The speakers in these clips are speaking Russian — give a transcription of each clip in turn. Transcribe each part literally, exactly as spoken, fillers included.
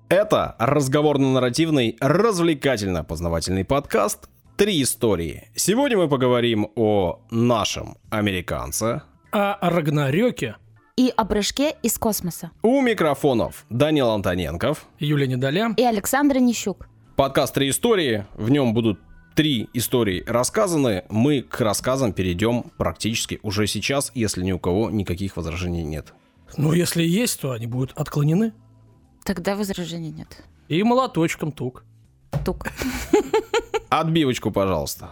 Это разговорно-нарративный, развлекательно-познавательный подкаст «Три истории». Сегодня мы поговорим о нашем американце, о Рагнарёке и о прыжке из космоса. У микрофонов Данил Антоненков, Юлия Недоля и Александр Нищук. Подкаст «Три истории». В нем будут три истории рассказаны. Мы к рассказам перейдем практически уже сейчас, если ни у кого никаких возражений нет. Ну, если есть, то они будут отклонены. Тогда возражений нет. И молоточком тук. Тук. Отбивочку, пожалуйста.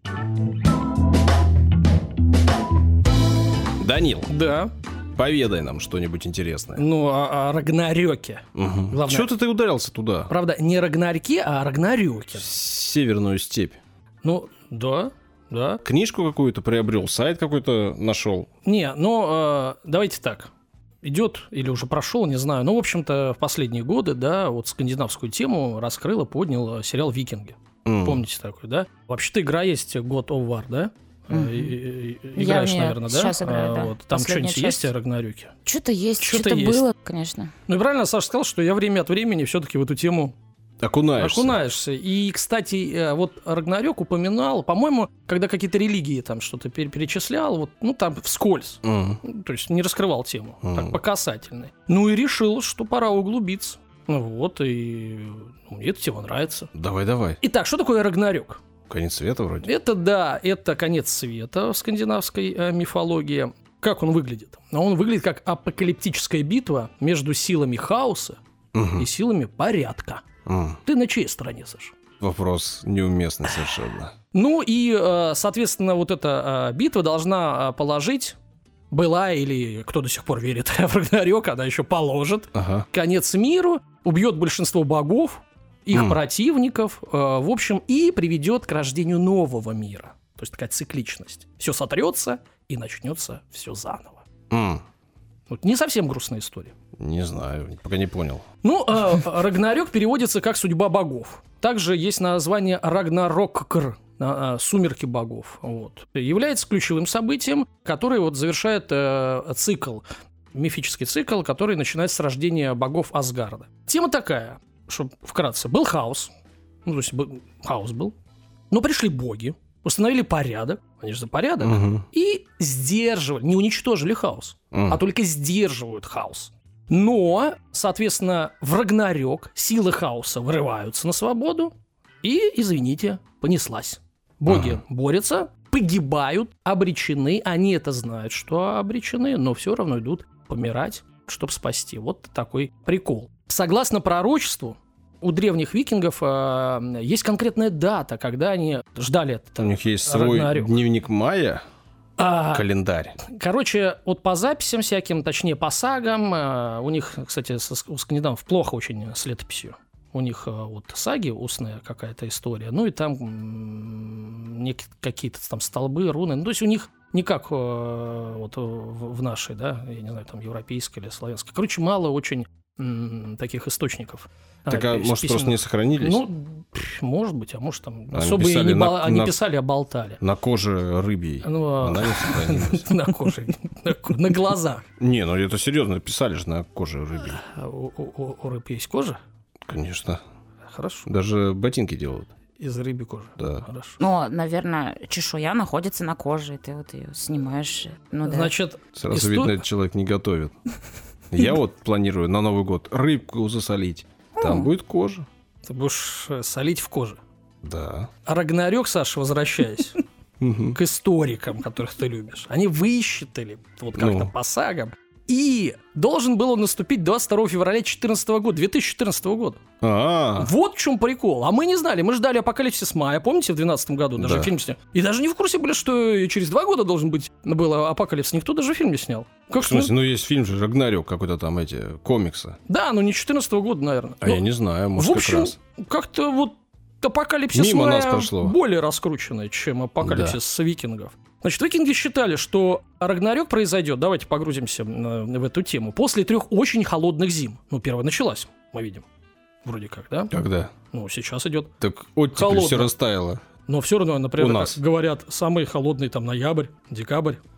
Данил, Да. поведай нам что-нибудь интересное. Ну, о, о Рагнарёке. Угу. Главное- Чего-то ты ударился туда, Правда, не Рагнарьке, а Рагнарёке. в северную степь. Ну, да, да. Книжку какую-то приобрел, сайт какой-то нашел. Не, ну, э, давайте так. Идет или уже прошел, не знаю. Ну, в общем-то, в последние годы, да, вот скандинавскую тему раскрыл и поднял сериал «Викинги». М. Помните такой, да? Вообще-то игра есть God of War, да? Мгм. Э, и- и- и- Я Играешь, в неё наверное, да? сейчас играю, да. Вот. Там Последняя что-нибудь есть часть. о Рагнарёке? Что-то есть, Что-то что-то есть. было, конечно. Ну и правильно Саша сказал, что я время от времени все-таки в эту тему Окунаешься. окунаешься. И, кстати, э, вот Рагнарёк упоминал, по-моему, когда какие-то религии там что-то пере- перечислял, вот, ну там вскользь. М. Ну, то есть не раскрывал тему, Мгм. так по касательной. Ну и решил, что пора углубиться. Ну вот, и ну, мне эта тема нравится. Давай-давай. Итак, что такое Рагнарёк? Конец света вроде. Это, да, это конец света в скандинавской э, мифологии. Как он выглядит? А Он выглядит как апокалиптическая битва между силами хаоса Мгм. и силами порядка. М. Ты на чьей стороне, Саш? Вопрос неуместный совершенно. Ну и, э, соответственно, вот эта э, битва должна э, положить, была или кто до сих пор верит в Рагнарёк, она еще положит, Ага. конец миру, убьет большинство богов, их М. противников, э, в общем, и приведет к рождению нового мира. То есть такая цикличность. Все сотрется, и начнется все заново. М. Вот не совсем грустная история. Не знаю, пока не понял. Ну, э, Рагнарёк переводится как «судьба богов». Также есть название Рагнароккр, э, «сумерки богов». Вот. Является ключевым событием, которое вот завершает э, цикл, мифический цикл, который начинается с рождения богов Асгарда. Тема такая, что вкратце, был хаос, ну, то есть был- хаос был, но пришли боги, установили порядок, они же за порядок, Мгм. и сдерживали, не уничтожили хаос, М. а только сдерживают хаос. Но, соответственно, в Рагнарёк силы хаоса вырываются на свободу, и, извините, понеслась. Боги Ага. борются, погибают, обречены, они это знают, что обречены, но все равно идут помирать, чтобы спасти. Вот такой прикол. Согласно пророчеству, у древних викингов э, есть конкретная дата, когда они ждали этот У них есть свой Рагнарёк. дневник Майя, А, календарь. Короче, вот по записям всяким, точнее по сагам, э, у них, кстати, со- у скандинавов плохо очень с летописью. У них э, вот саги, устная какая-то история, ну и там м, нек- какие-то там столбы, руны. Ну, то есть у них не как э, вот в, в нашей, да, я не знаю, там европейской или славянской. Короче, мало очень м, таких источников. Так, А, а пис- может, просто письменных. не сохранились? Ну, пф, может быть, а может там Они особо и писали не, на- бол- они на- писали, а болтали. На коже рыбьей. Ну, а- Она не сохранилась. На коже, на ко- на глазах. Не, ну это серьезно, писали же на коже рыбьей. А У, у- у- у рыб есть кожа? Конечно. Хорошо. Даже ботинки делают. Из рыбьей кожи. Да. Хорошо. Но, наверное, чешуя находится на коже, и ты вот ее снимаешь. Ну да. Значит, Сразу исто- видно, этот человек не готовит. Я вот планирую на Новый год рыбку засолить. Там будет кожа. ты будешь э, солить в коже. Да. А Рагнарёк, Саша, возвращаясь Мгм. к историкам, которых ты любишь, они высчитали вот как-то Ну. по сагам. И должен был он наступить двадцать второго февраля две тысячи четырнадцатого года, две тысячи четырнадцатого года. А, Вот в чем прикол. А мы не знали. Мы ждали «Апокалипсис Майя», помните, в двенадцатом году даже Да. фильм снял. И даже не в курсе были, что и через два года должен быть был «Апокалипсис». Никто даже фильм не снял. Как в смысле, ну есть фильм же «Рагнарёк», какой-то там эти комиксы. Да, но не четырнадцатого года, наверное. А я не знаю, может, В общем, как раз. как-то вот «Апокалипсис Мимо Майя» нас прошло. более раскрученный, чем «Апокалипсис викингов». Значит, викинги считали, что Рагнарёк произойдет, давайте погрузимся э, в эту тему, после трех очень холодных зим. Ну, первая началась, мы видим. Вроде как, да? Когда? Ну, сейчас идет. Так оттепель Холодно. все растаяло. Но все равно, например, У как нас. говорят, самый холодный там ноябрь, декабрь,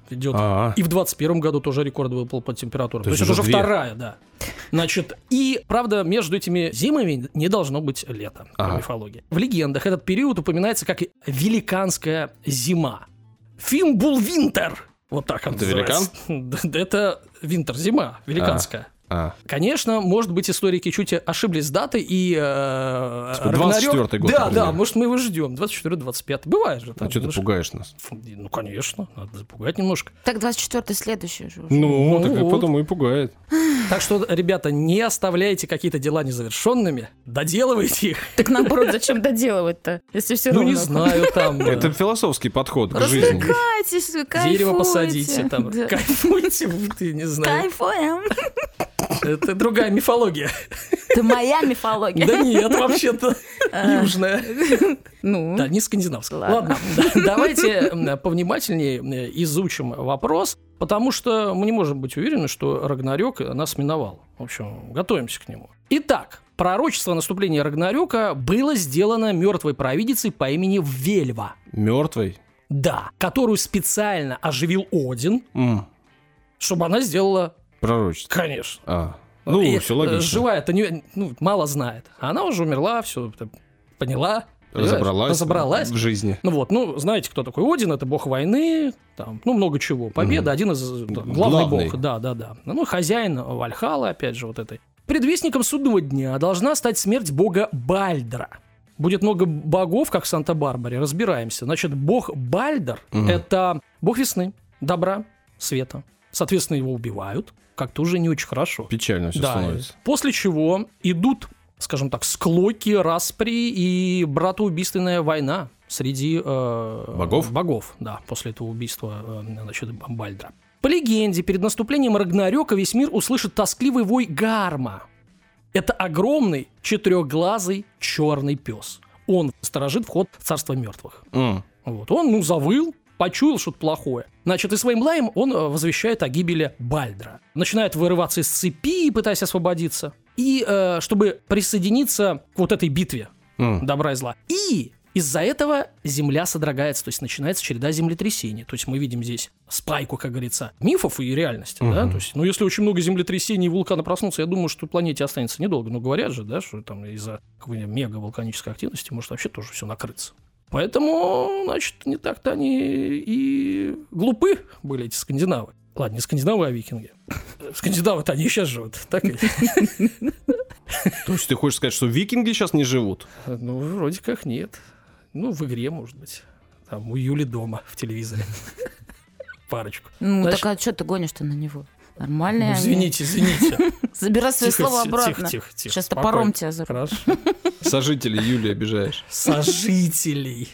идет. А-а. И в двадцать первом году тоже рекорд был по температуре. То, То есть есть это уже уже две. вторая, да. Значит, и, правда, между этими зимами не должно быть лета Ага. по мифологии. В легендах этот период упоминается как великанская зима. Фимбулвинтер. Вот так он Это называется. Да, это винтер, зима, великанская. А. Конечно, может быть, историки чуть ошиблись с датой, и э, Типа двадцать четвёртый год, Да, например. да, может, мы его ждем. двадцать четвёртый двадцать пятый. Бывает же. А Там, что ты немножко. пугаешь нас? Ну, конечно, надо запугать немножко. Так двадцать четвёртый следующий же уже. Ну, Ну так и вот. потом и пугает. Так что, ребята, не оставляйте какие-то дела незавершенными, доделывайте их. Так наоборот, зачем доделывать-то, если все Ну, равно? не знаю, там... э, Это философский подход к жизни. Развлекайтесь, кайфуйте. Дерево посадите, там, Да. кайфуйте, ты не знаю. Кайфуем. Это другая мифология. Это моя мифология. Да нет, вообще-то южная. Ну, Да, не скандинавская. Ладно. Ладно, да, давайте м, повнимательнее э, изучим вопрос, потому что мы не можем быть уверены, что Рагнарёк нас миновал. В общем, готовимся к нему. Итак, пророчество наступления Рагнарёка было сделано мертвой провидицей по имени Вельва. Мертвый. Да, которую специально оживил Один, М, чтобы она сделала, Пророчество. конечно. А. Ну, И, все э, логично. Живая-то не, ну, мало знает. А она уже умерла, все поняла. понимаешь? Разобралась. Разобралась. В жизни. Ну вот, ну, знаете, кто такой Один? Это бог войны, там, ну, много чего. Победа, Мгм. один из да, главный, Главный. бог. Да, да, да. Ну, хозяин Вальхаллы, опять же, вот этой. Предвестником судного дня должна стать смерть бога Бальдра. Будет много богов, как в Санта-Барбаре, разбираемся. Значит, бог Бальдр Мгм. это бог весны, добра, света. Соответственно, его убивают. Как-то уже не очень хорошо. Печально все Да, становится. после чего идут, скажем так, склоки, распри и братоубийственная война среди э, Богов? Богов, да, после этого убийства э, значит, Бальдра. По легенде, перед наступлением Рагнарёка весь мир услышит тоскливый вой Гарма. Это огромный четырехглазый черный пес. Он сторожит вход в царство мертвых. М. Вот. Он, ну, завыл, почуял что-то плохое. Значит, и своим лаем он э, возвещает о гибели Бальдра. Начинает вырываться из цепи, пытаясь освободиться. И э, чтобы присоединиться к вот этой битве М. добра и зла. И из-за этого земля содрогается, то есть начинается череда землетрясений. То есть мы видим здесь спайку, как говорится, мифов и реальности. Да? То есть, ну, если очень много землетрясений и вулканы проснутся, я думаю, что планете останется недолго. Но говорят же, да, что там из-за какой-нибудь мега-вулканической активности может вообще тоже все накрыться. Поэтому, значит, не так-то они и глупы были, эти скандинавы. Ладно, не скандинавы, а викинги. Скандинавы-то они сейчас живут, так ведь? То есть ты хочешь сказать, что викинги сейчас не живут? Ну, вроде как нет. Ну, в игре, может быть. Там у Юли дома в телевизоре. Парочку. ну Значит, так а что ты гонишь-то на него? ну, Нормальные они. извините, извините. Забирай свои Тихо, слова тихо, обратно. тихо, тихо, тихо, Сейчас спокойно. топором тебя за... Хорошо. Сожители Юли обижаешь. Сожителей.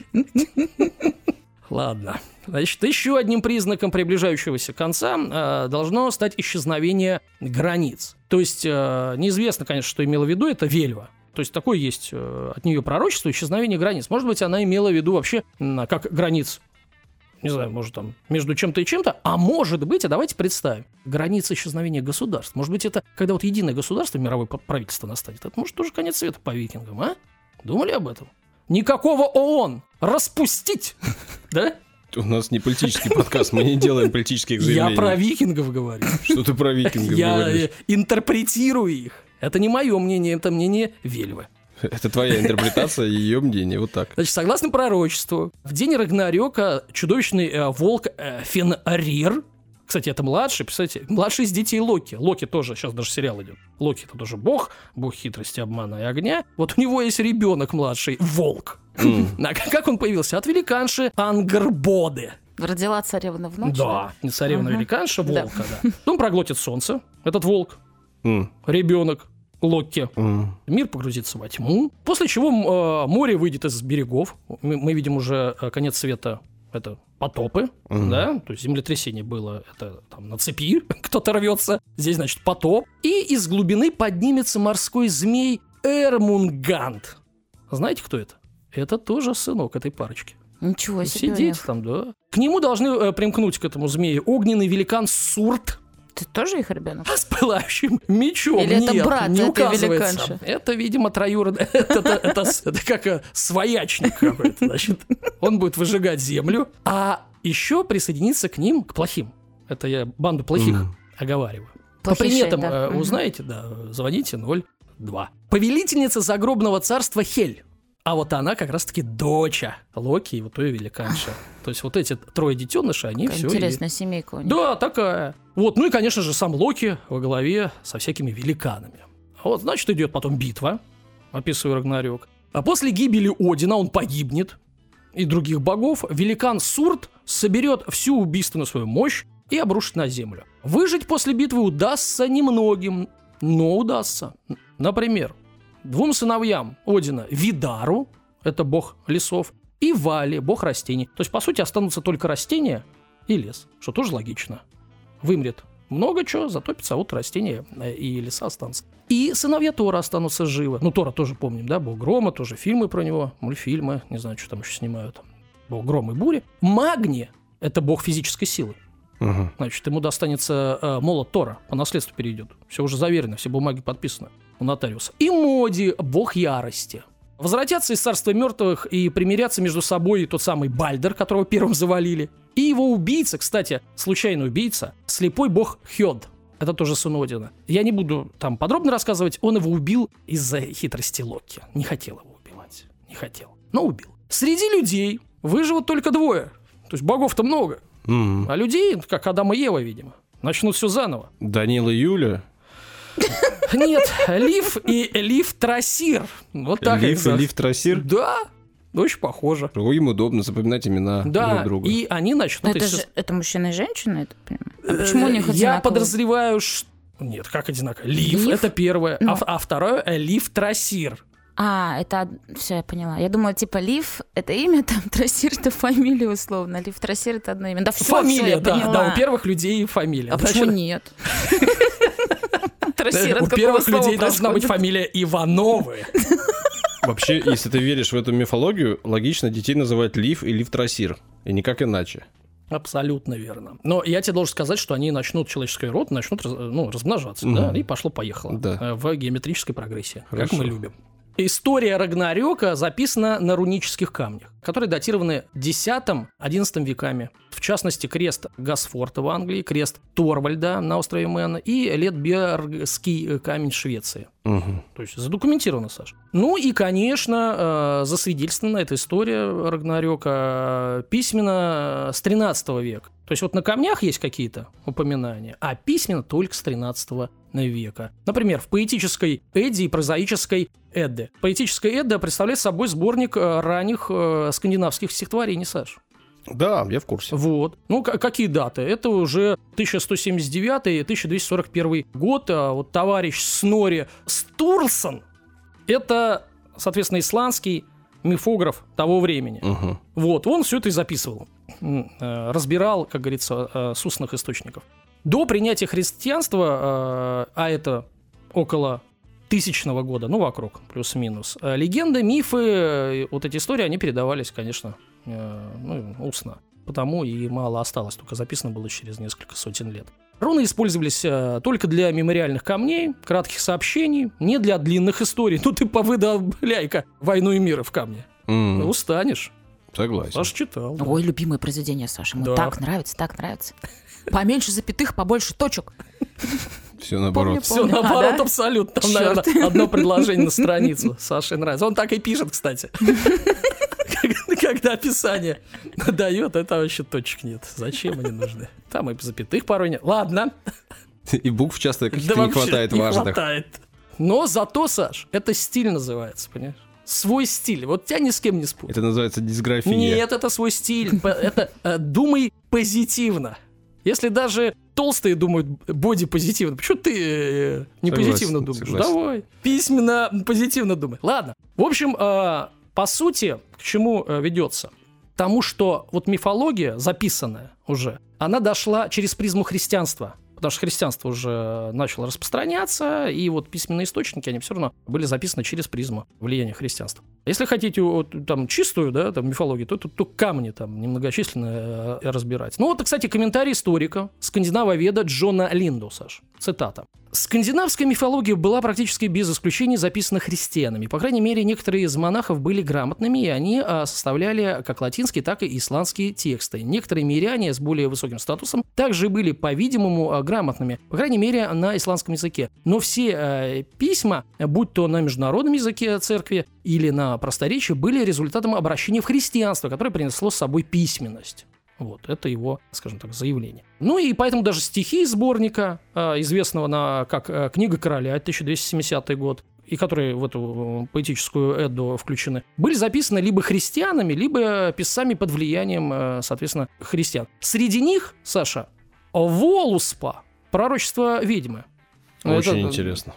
Ладно. Значит, еще одним признаком приближающегося конца э, должно стать исчезновение границ. То есть э, неизвестно, конечно, что имела в виду это Вельва. То есть такое есть э, от нее пророчество исчезновение границ. Может быть, она имела в виду вообще м, как границ, не знаю, может там между чем-то и чем-то, а может быть, а давайте представим, границы исчезновения государств. Может быть, это когда вот единое государство, мировое правительство настанет. Это может тоже конец света по викингам, а? Думали об этом? Никакого ООН! Распустить! Да? У нас не политический подкаст, мы не делаем политических Я заявлений. про викингов говорю. Что ты про викингов Я говоришь? э, интерпретирую их. Это не мое мнение, это мнение Вельвы. Это твоя интерпретация и ее мнение, вот так. Значит, согласно пророчеству, в день Рагнарёка чудовищный э, волк э, Фенрир, кстати, это младший, представляете, младший из детей Локи. Локи тоже, сейчас даже сериал идет. Локи это тоже бог, бог хитрости, обмана и огня. Вот у него есть ребенок младший, волк. А как он появился? От великанши Ангрбоды. Родила царевна в ночь? Да, не царевна Ага. великанша, Да. волка, да. Он проглотит солнце, этот волк, М, ребенок Локи. м. Мир погрузится во тьму, после чего э, море выйдет из берегов. Мы, мы видим уже э, конец света, это потопы, Мгм. да, то есть землетрясение было, это там на цепи кто-то рвется, здесь, значит, потоп. И из глубины поднимется морской змей Эрмунгант. Знаете, кто это? Это тоже сынок этой парочки. Ничего себе. у Сидит них. там, да. К нему должны э, примкнуть, к этому змею, огненный великан Сурт Ты тоже их ребенок? с пылающим мечом. Или это Нет, брат не этой указывается. великанши? Это, видимо, троюродный. Это, это, это, это как э, своячник какой-то, значит. Он будет выжигать землю, а еще присоединиться к ним, к плохим. Это я банду плохих Мгм. оговариваю. По Плохишей, приметам да. э, Мгм. узнаете, да, звоните ноль два. Повелительница загробного царства Хель. А вот она как раз-таки доча Локи и вот той великанши. То есть вот эти трое детенышей, они Какая все... интересная семейка у них. Да, такая. Вот, ну и, конечно же, сам Локи во главе со всякими великанами. Вот, значит, идет потом битва, описываю Рагнарёк. А после гибели Одина он погибнет, и других богов, великан Сурт соберет всю убийственную свою мощь и обрушит на землю. Выжить после битвы удастся немногим, но удастся. Например, двум сыновьям Одина, Видару, это бог лесов, и Вале, бог растений. То есть, по сути, останутся только растения и лес, что тоже логично. Вымрет много чего, затопится, а вот растения и леса останутся. И сыновья Тора останутся живы. Ну, Тора тоже помним, да, бог грома, тоже фильмы про него, мультфильмы, не знаю, что там еще снимают. Бог грома и бури. Магни – это бог физической силы. Мгм. Значит, ему достанется э, молот Тора, по наследству перейдет. Все уже заверено, все бумаги подписаны у нотариуса. И Моди – бог ярости. Возвратятся из царства мертвых и примирятся между собой тот самый Бальдер, которого первым завалили, и его убийца, кстати, случайный убийца, слепой бог Хёд. Это тоже сын Одина. Я не буду там подробно рассказывать, он его убил из-за хитрости Локи. Не хотел его убивать, не хотел, но убил. Среди людей выживут только двое. То есть богов-то много, Мгм. а людей, как Адам и Ева, видимо, начнут все заново. Данила и Юля. Нет, Лив и Лив Трасир. Вот так их Лив и зовут. Лив Трасир. Да, очень похоже. Им удобно запоминать имена Да, друг друга. и они Но начнут... это если- же это мужчина и женщина, я так понимаю. А почему у них Э, Я одинаковые? подозреваю, что... Нет, как одинаково? Лив, Лив? это первое, Ну. а, а второе э, Лив Трасир. А, это все, я поняла. Я думала, типа Лив это имя, там Трасир это фамилия условно. Лив Трасир это одно имя. Да все, Фамилия, я да, поняла. да, у первых людей фамилия. А Значит, почему нет? Трасир э, от у какого первых слова людей должна быть происходит? фамилия Ивановы. Вообще, если ты веришь в эту мифологию, логично детей называть Лив и Лив Трасир. И никак иначе. Абсолютно верно. Но я тебе должен сказать, что они начнут, человеческий род начнут раз- ну, размножаться, Мгм. да, и пошло-поехало Да. э, в геометрической прогрессии, как Хорошо. мы любим. История Рагнарёка записана на рунических камнях, которые датированы десятым-одиннадцатым веками. В частности, крест Гасфорта в Англии, крест Торвальда на острове Мэн и Летбергский камень в Швеции. Мгм. То есть задокументировано, Саш. Ну и, конечно, э, засвидетельствована эта история Рагнарёка э, письменно с тринадцатого века. То есть вот на камнях есть какие-то упоминания, а письменно только с тринадцатого века. Например, в поэтической Эдде и прозаической Эдде. Поэтическая Эдда представляет собой сборник э, ранних э, скандинавских стихотворений, Саш. Да, я в курсе. Вот. Ну, к- какие даты? Это уже тысяча сто семьдесят девятый и тысяча двести сорок первый год. А вот товарищ Снори Стурлсон – это, соответственно, исландский мифограф того времени. Мгм. Вот, он все это и записывал. М, э, Разбирал, как говорится, э, с устных источников. До принятия христианства, э, а это около тысячного года, ну, вокруг, плюс-минус, э, легенды, мифы, э, вот эти истории, они передавались, конечно, э, ну, устно. Потому и мало осталось, только записано было через несколько сотен лет. Руны использовались э, только для мемориальных камней, кратких сообщений, не для длинных историй. Ну ты повыдавляй-ка «Войну и мир» в камне. М, Устанешь. Согласен. Саш читал. да. Ой, любимое произведение, Саша. Ему Да. так нравится, так нравится. Поменьше запятых, побольше точек. Все наоборот. Помню, Все помню. наоборот, А, да? абсолютно. Там, Чёрт. наверное, одно предложение на страницу Саше нравится. Он так и пишет, кстати. Когда описание дает, это вообще точек нет. Зачем они нужны? Там и запятых порой нет. Ладно. И букв часто каких-то Да не вообще хватает не важных. хватает. Но зато, Саш, это стиль называется, понимаешь? Свой стиль. Вот тебя ни с кем не спутать. Это называется дисграфия. Нет, это свой стиль. П- Это э, думай позитивно. Если даже толстые думают боди-позитивно, почему ты э, не Согласен, позитивно думаешь? согласен. Давай. Письменно позитивно думай. Ладно. В общем, э, по сути, к чему э, ведется? Тому, что вот мифология, записанная уже, она дошла через призму христианства. Потому что христианство уже начало распространяться, и вот письменные источники, они все равно были записаны через призму влияния христианства. Если хотите вот, там чистую, да, там мифологию, то тут камни там немногочисленно э, разбирать. Ну вот, кстати, комментарий историка, скандинавоведа Джона Линду, Саш, цитата. Скандинавская мифология была практически без исключения записана христианами. По крайней мере, некоторые из монахов были грамотными, и они а, составляли как латинские, так и исландские тексты. Некоторые миряне с более высоким статусом также были, по-видимому, а, грамотными, по крайней мере, на исландском языке. Но все а, письма, будь то на международном языке церкви или на просторечии, были результатом обращения в христианство, которое принесло с собой письменность. Вот, это его, скажем так, заявление. Ну и поэтому даже стихи из сборника, э, известного на, как э, «Книга короля», тысяча двести семидесятый год, и которые в эту поэтическую Эдду включены, были записаны либо христианами, либо писцами под влиянием, э, соответственно, христиан. Среди них, Саша, Волуспа, пророчество ведьмы. Очень это, интересно.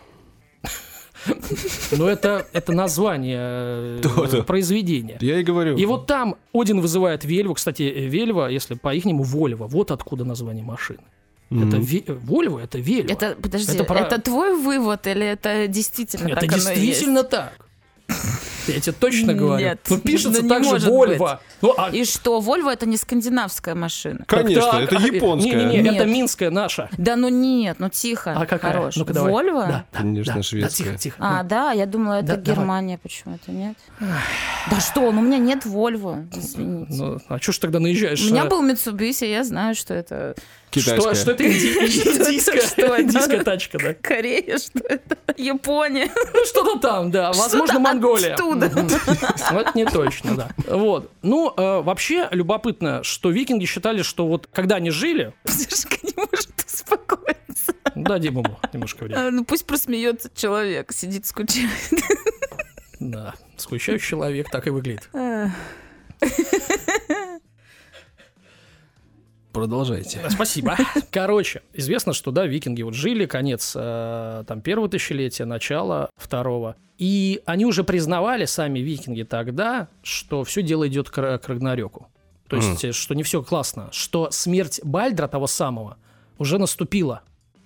Но это, это название Да-да. произведения. Я и говорю. И вот там Один вызывает Вельву. Кстати, Вельва, если по-ихнему, Вольва. Вот откуда название машины. Мгм. Это ве- Вольва, это Вельва. Это, подожди, Это это, про- твой вывод или это действительно Это так оно и действительно есть? так. Я тебе точно говорю. Нет, Ну, пишется ну, не так же может Вольва. Ну, а И что, Вольво это не скандинавская машина? Конечно, так, это а, японская. Не-не-не, Нет. это минская наша. Да ну нет, ну тихо, А какая? хорош. Ну-ка давай. Вольво? Да, да, Конечно, да, шведская. Да, тихо, тихо. А, да, я думала, это Да, давай. Германия почему-то, нет? Да что, ну у меня нет Вольво, извините. Ну, а что ж тогда наезжаешь? У меня а? был Mitsubishi, я знаю, что это Китайская. Что, что это индийская, Что? индийская тачка, да? Корея, что это? Япония. Ну, что-то там, да. Возможно, Что-то Монголия. оттуда. Мгм. Ну, это не точно, да. Вот. Ну, э, вообще, любопытно, что викинги считали, что вот когда они жили... Сашка не может успокоиться. Дадим ему немножко времени. А, Ну пусть просмеется человек, сидит, скучает. Да, скучающий человек так и выглядит. Эх. Продолжайте. Спасибо. Короче, известно, что, да, викинги вот жили, конец э, там первого тысячелетия, начало второго. И они уже признавали, сами викинги тогда, что все дело идет к, Ра- к Рагнарёку. То есть, э, что не все классно, что смерть Бальдра, того самого, уже наступила.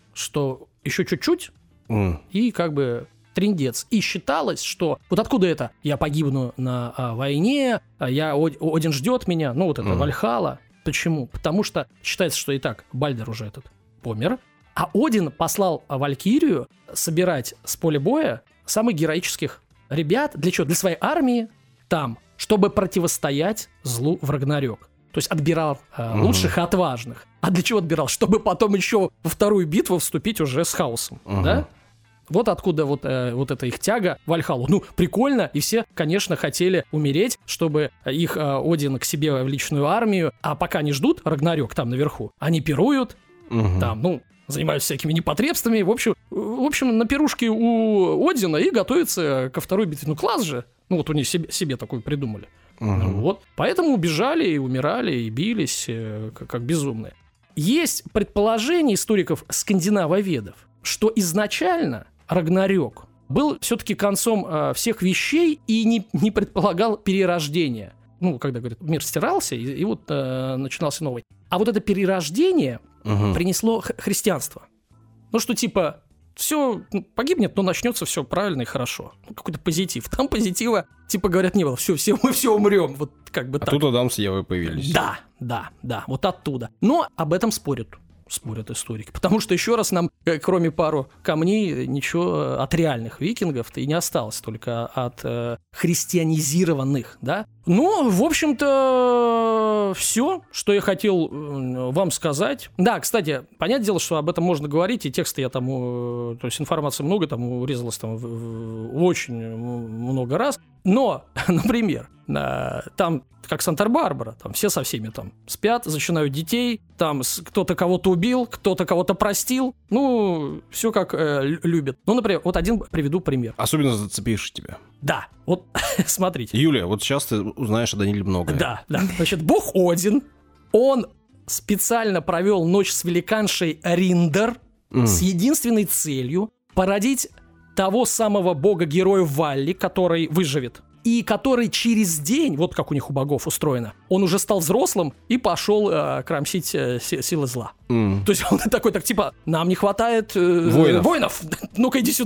Что еще чуть-чуть, М. и как бы триндец. И считалось, что вот откуда это? Я погибну на а, войне, а я, Од- Один ждет меня, ну вот это Мгм. Вальхалла. Почему? Потому что считается, что и так Бальдер уже этот помер, а Один послал Валькирию собирать с поля боя самых героических ребят. Для чего? Для своей армии там, чтобы противостоять злу в Рагнарёк. То есть отбирал э, Мгм. лучших и отважных. А для чего отбирал? Чтобы потом еще во вторую битву вступить уже с хаосом. Мгм. Да? Вот откуда вот, э, вот эта их тяга в Вальхаллу. Ну, прикольно, и все, конечно, хотели умереть, чтобы их э, Один к себе в личную армию, а пока они ждут Рагнарёк там наверху, они пируют, Мгм. там, ну, занимаются всякими непотребствами, в общем, в общем, на пирушке у Одина и готовятся ко второй битве. Ну, класс же! Ну, вот они себе, себе такую придумали. Мгм. Вот. Поэтому убежали и умирали, и бились, э, как, как безумные. Есть предположение историков скандинавоведов, что изначально Рагнарёк был все-таки концом э, всех вещей и не, не предполагал перерождения. Ну, когда, говорят, мир стирался, и, и вот э, начинался новый. А вот это перерождение Мгм. принесло х- христианство. Ну, что типа, все погибнет, но начнется все правильно и хорошо. Ну, какой-то позитив. Там позитива, типа, говорят, не было. Все, все, мы все умрем. Вот как бы А так. тут Адам с Евой появились. Да, да, да, вот оттуда. Но об этом спорят. Спорят историки. Потому что, еще раз, нам, э, кроме пару камней, ничего от реальных викингов-то и не осталось, только от э, христианизированных, да? Ну, в общем-то, все, что я хотел э, вам сказать. Да, кстати, понятное дело, что об этом можно говорить, и тексты я там, э, то есть информации много, там урезалось там в- в- очень много раз. Но, например, э, там, как Санта-Барбара, там все со всеми там спят, зачинают детей, там с- кто-то кого-то убил, кто-то кого-то простил, ну, все как э, лю- любят. Ну, например, вот один приведу пример. Особенно зацепивший тебя. Да, вот смотрите. Юлия, вот сейчас ты узнаешь о Даниле многое. Да, да. Значит, бог Один, он специально провел ночь с великаншей Риндер М. с единственной целью породить того самого бога-героя Валли, который выживет. И который через день, вот как у них у богов устроено, он уже стал взрослым и пошел э, кромсить э, си- силы зла. М. То есть он такой, так типа, нам не хватает э, Воинов. воинов. Ну-ка иди сюда.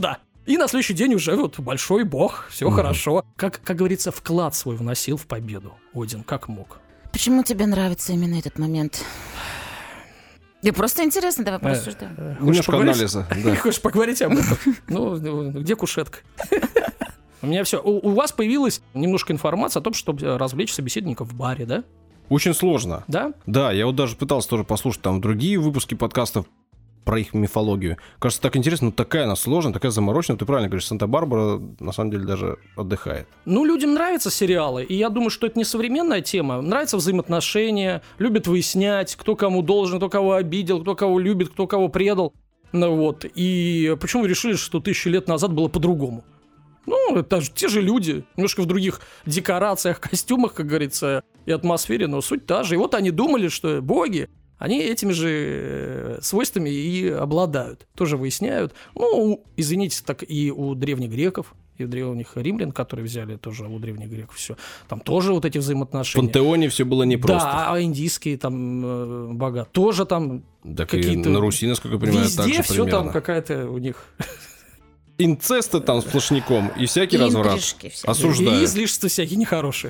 И на следующий день уже вот большой бог, все угу. хорошо. Как, как говорится, вклад свой вносил в победу Один, как мог. Почему тебе нравится именно этот момент? Да просто интересно, давай порассуждаем. Э, э, Немножко анализа. Да. Хочешь поговорить об этом? Ну, где кушетка? У меня все. У, у вас появилась немножко информации о том, чтобы развлечь собеседников в баре, да? Очень сложно. Да? Да, я вот даже пытался тоже послушать там другие выпуски подкастов про их мифологию. Кажется, так интересно, но такая она сложная, такая замороченная. Ты правильно говоришь, Санта-Барбара на самом деле даже отдыхает. Ну, людям нравятся сериалы, и я думаю, что это не современная тема. Нравятся взаимоотношения, любят выяснять, кто кому должен, кто кого обидел, кто кого любит, кто кого предал. Ну вот. И почему вы решили, что тысячи лет назад было по-другому? Ну, это же те же люди, немножко в других декорациях, костюмах, как говорится, и атмосфере, но суть та же. И вот они думали, что боги, они этими же свойствами и обладают. Тоже выясняют. Ну, извините, так и у древних греков, и у древних римлян, которые взяли тоже у древних греков все. Там тоже вот эти взаимоотношения. В пантеоне все было непросто. Да, а индийские там бога тоже там так какие-то... И на Руси, насколько я понимаю, так же везде все примерно. там какая-то у них... Инцесты там сплошняком и всякий и разврат. Осуждаю. И излишества всякие нехорошие.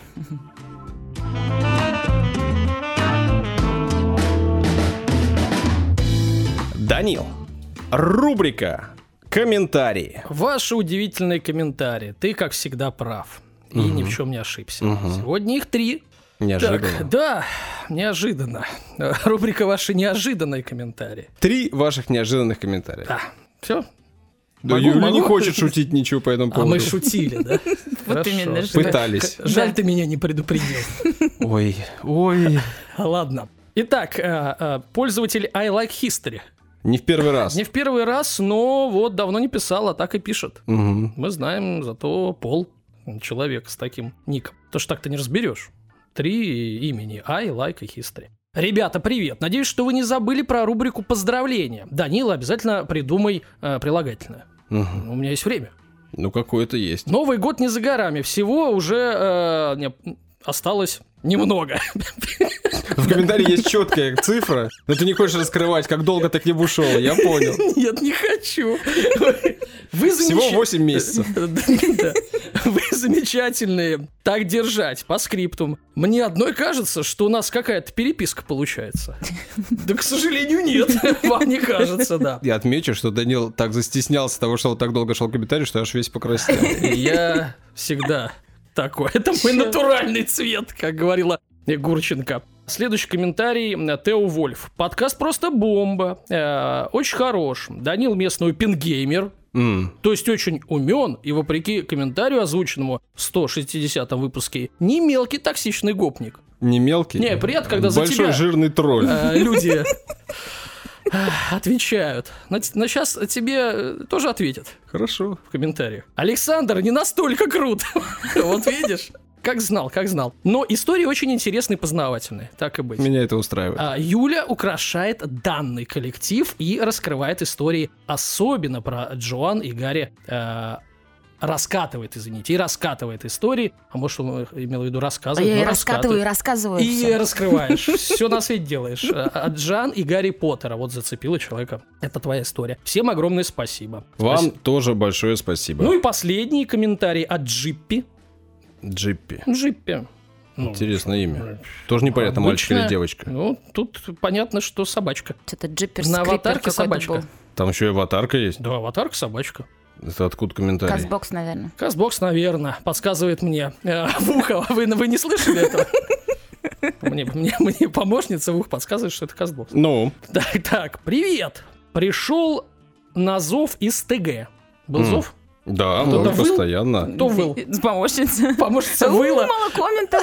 Данил, рубрика «Комментарии». Ваши удивительные комментарии. Ты, как всегда, прав. И угу. ни в чем не ошибся. Угу. Сегодня их три. Неожиданно. Так, да, неожиданно. Рубрика «Ваши неожиданные комментарии». Три ваших неожиданных комментария. Да, все. Да, могу, Юля могу? не хочет шутить ничего по этому поводу. А мы шутили, да? Вот именно. Пытались. Жаль, ты меня не предупредил. Ой, ой. Ладно. Итак, пользователь I Like History. Не в первый раз. Не в первый раз, но вот давно не писал, а так и пишет. Угу. Мы знаем зато пол человека с таким ником. Потому что так-то не разберешь. Три имени. I Like History. Ребята, привет! Надеюсь, что вы не забыли про рубрику «Поздравления». Данила, обязательно придумай э, прилагательное. Угу. У меня есть время. Ну, какое-то есть. Новый год не за горами. Всего уже э, не, осталось немного. В комментарии есть четкая цифра, но ты не хочешь раскрывать, как долго ты к нему шел, я понял. Нет, не хочу. Вы Всего замеч... восемь месяцев. Вы замечательные. Так держать, по скриптум. Мне одной кажется, что у нас какая-то переписка получается. Да, к сожалению, нет. Вам не кажется, да. Я отмечу, что Данил так застеснялся того, что он так долго шел к комментарию, что аж весь покраснел. Я всегда такой. Это мой натуральный цвет, как говорила Гурченко. Следующий комментарий. Тео Вольф. Подкаст просто бомба. Э, очень хорош. Данил местный пингеймер. Mm. То есть очень умен и, вопреки комментарию, озвученному в сто шестидесятом выпуске, не мелкий токсичный гопник. Не мелкий? Не, приятно, когда за Большой тебя... Большой жирный тролль. Э, люди отвечают. Но сейчас тебе тоже ответят. Хорошо. В комментариях. Александр не настолько крут. Вот видишь? Как знал, как знал. Но история очень интересная и познавательная, так и быть. Меня это устраивает. А, Юля украшает данный коллектив и раскрывает истории, особенно про Джоан и Гарри. Э, раскатывает, извините, и раскатывает истории. А может, он имел в виду рассказывает? А я и раскатываю, и рассказываю. И все. Раскрываешь. Все на свете делаешь. А Джоан и Гарри Поттера. Вот зацепила человека. Это твоя история. Всем огромное спасибо. Вам спасибо. тоже большое спасибо. Ну и последний комментарий от Джиппи. Джиппи. Джиппи. Ну, интересное имя. Тоже непонятно, обычная, мальчик или девочка. Ну, тут понятно, что собачка. Что-то джиппер. На аватарке собачка. Был. Там еще и аватарка есть? Да, аватарка собачка. Это откуда комментарий? Казбокс, наверное. Казбокс, наверное, подсказывает мне. В ухо. Вы, вы не слышали этого? Мне, мне, мне помощница в ухо подсказывает, что это Казбокс. Ну? Так, так, привет. Пришел на зов из ТГ. Был mm. зов? Да, он постоянно. Кто выл? Помощница. Помощница выла. Мало комментов.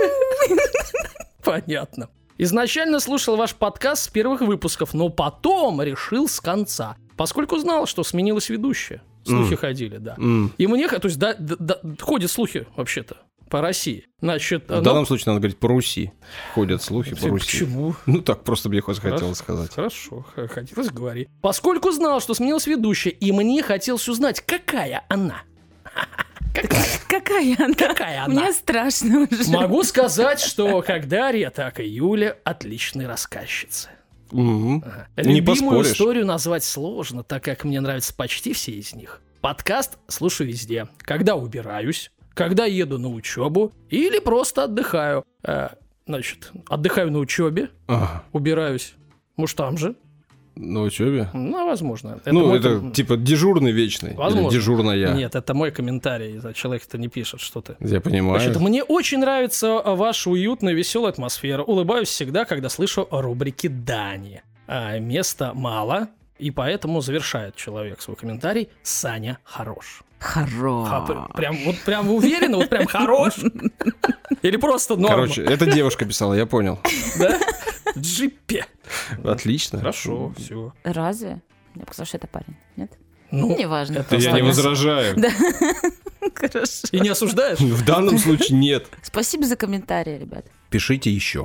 Понятно. Изначально слушал ваш подкаст с первых выпусков, но потом решил с конца, поскольку знал, что сменилась ведущая. Слухи mm. ходили, да. Mm. И мне, то есть, да, да, да, ходят слухи вообще-то по России. Значит, в но... данном случае надо говорить по Руси. Ходят слухи по Руси. Почему? Ну так, просто мне хотелось сказать. Хорошо, хотелось говорить. Поскольку знал, что сменилась ведущая, и мне хотелось узнать, какая она. Какая? Какая она? Какая она? Мне страшно уже. Могу сказать, что как Дарья, так и Юля отличные рассказчицы. Угу. Ага. Любимую историю назвать сложно, так как мне нравятся почти все из них. Подкаст слушаю везде. Когда убираюсь, когда еду на учебу или просто отдыхаю. Э, значит, отдыхаю на учебе, Ага. убираюсь. Может, там же? На учебе? Ну, возможно. Ну, мой это ком- типа дежурный вечный. Возможно. Или дежурная. Нет, это мой комментарий. Человек-то не пишет, что ты. Я понимаю. Значит, мне очень нравится ваша уютная, веселая атмосфера. Улыбаюсь всегда, когда слышу рубрики Дани. А места мало, и поэтому завершает человек свой комментарий: Саня хорош. Хорош. А, пр- прям, вот прям уверенно, вот прям хорош? Или просто норма? Короче, это девушка писала, я понял. Да? Джиппе. Отлично. Хорошо, все. Разве? Мне показалось, что это парень. Нет? Ну, Неважно. это Я не Понятно. возражаю. Хорошо. и не осуждаешь? В данном случае нет. Спасибо за комментарии, ребят. Пишите еще.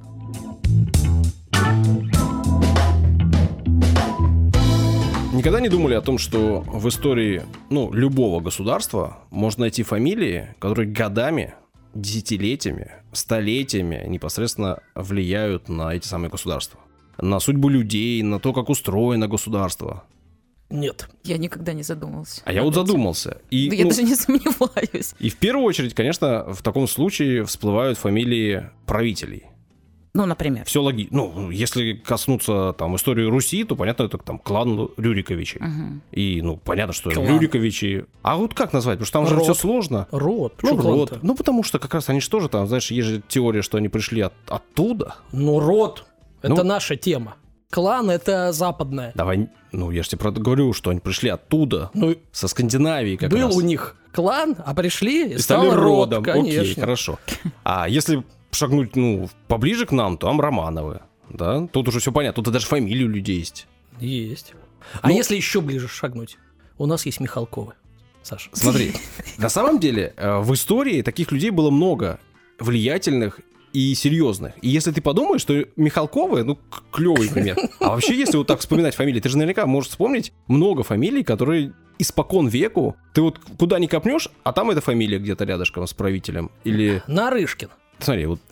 Никогда не думали о том, что в истории, ну, любого государства можно найти фамилии, которые годами, десятилетиями, столетиями непосредственно влияют на эти самые государства? На судьбу людей, на то, как устроено государство. Нет. Я никогда не задумывался. А я вот задумался. И, Да я ну, даже не сомневаюсь. и в первую очередь, конечно, в таком случае всплывают фамилии правителей. Ну, например. Все логично. Ну, если коснуться там истории Руси, то понятно, это там клан Рюриковичей. Мгм. И, ну, понятно, что Клан. Рюриковичи. А вот как назвать? Потому что там же Род. все сложно. Род. Ну, Почему род. клан-то? Ну, потому что как раз они же тоже там, знаешь, есть же теория, что они пришли от- оттуда. Ну, род. Это Ну. наша тема. Клан — это западная. Давай, ну, я же тебе правда говорю, что они пришли оттуда, Ну, со Скандинавии как был раз. у них клан, а пришли и, И стали стал род, родом. конечно. Окей, хорошо. А если шагнуть, ну, поближе к нам, то там Романовы. Да? Тут уже все понятно. Тут даже фамилии у людей есть. Есть. А Ну- если еще ближе шагнуть? У нас есть Михалковы. Саша. Смотри, на самом деле э, в истории таких людей было много влиятельных и серьезных. И если ты подумаешь, что Михалковы, ну, клевый пример. А вообще, если вот так вспоминать фамилии, ты же наверняка можешь вспомнить много фамилий, которые испокон веку, ты вот куда ни копнешь, а там эта фамилия где-то рядышком с правителем. Или, Нарышкин. смотри, вот...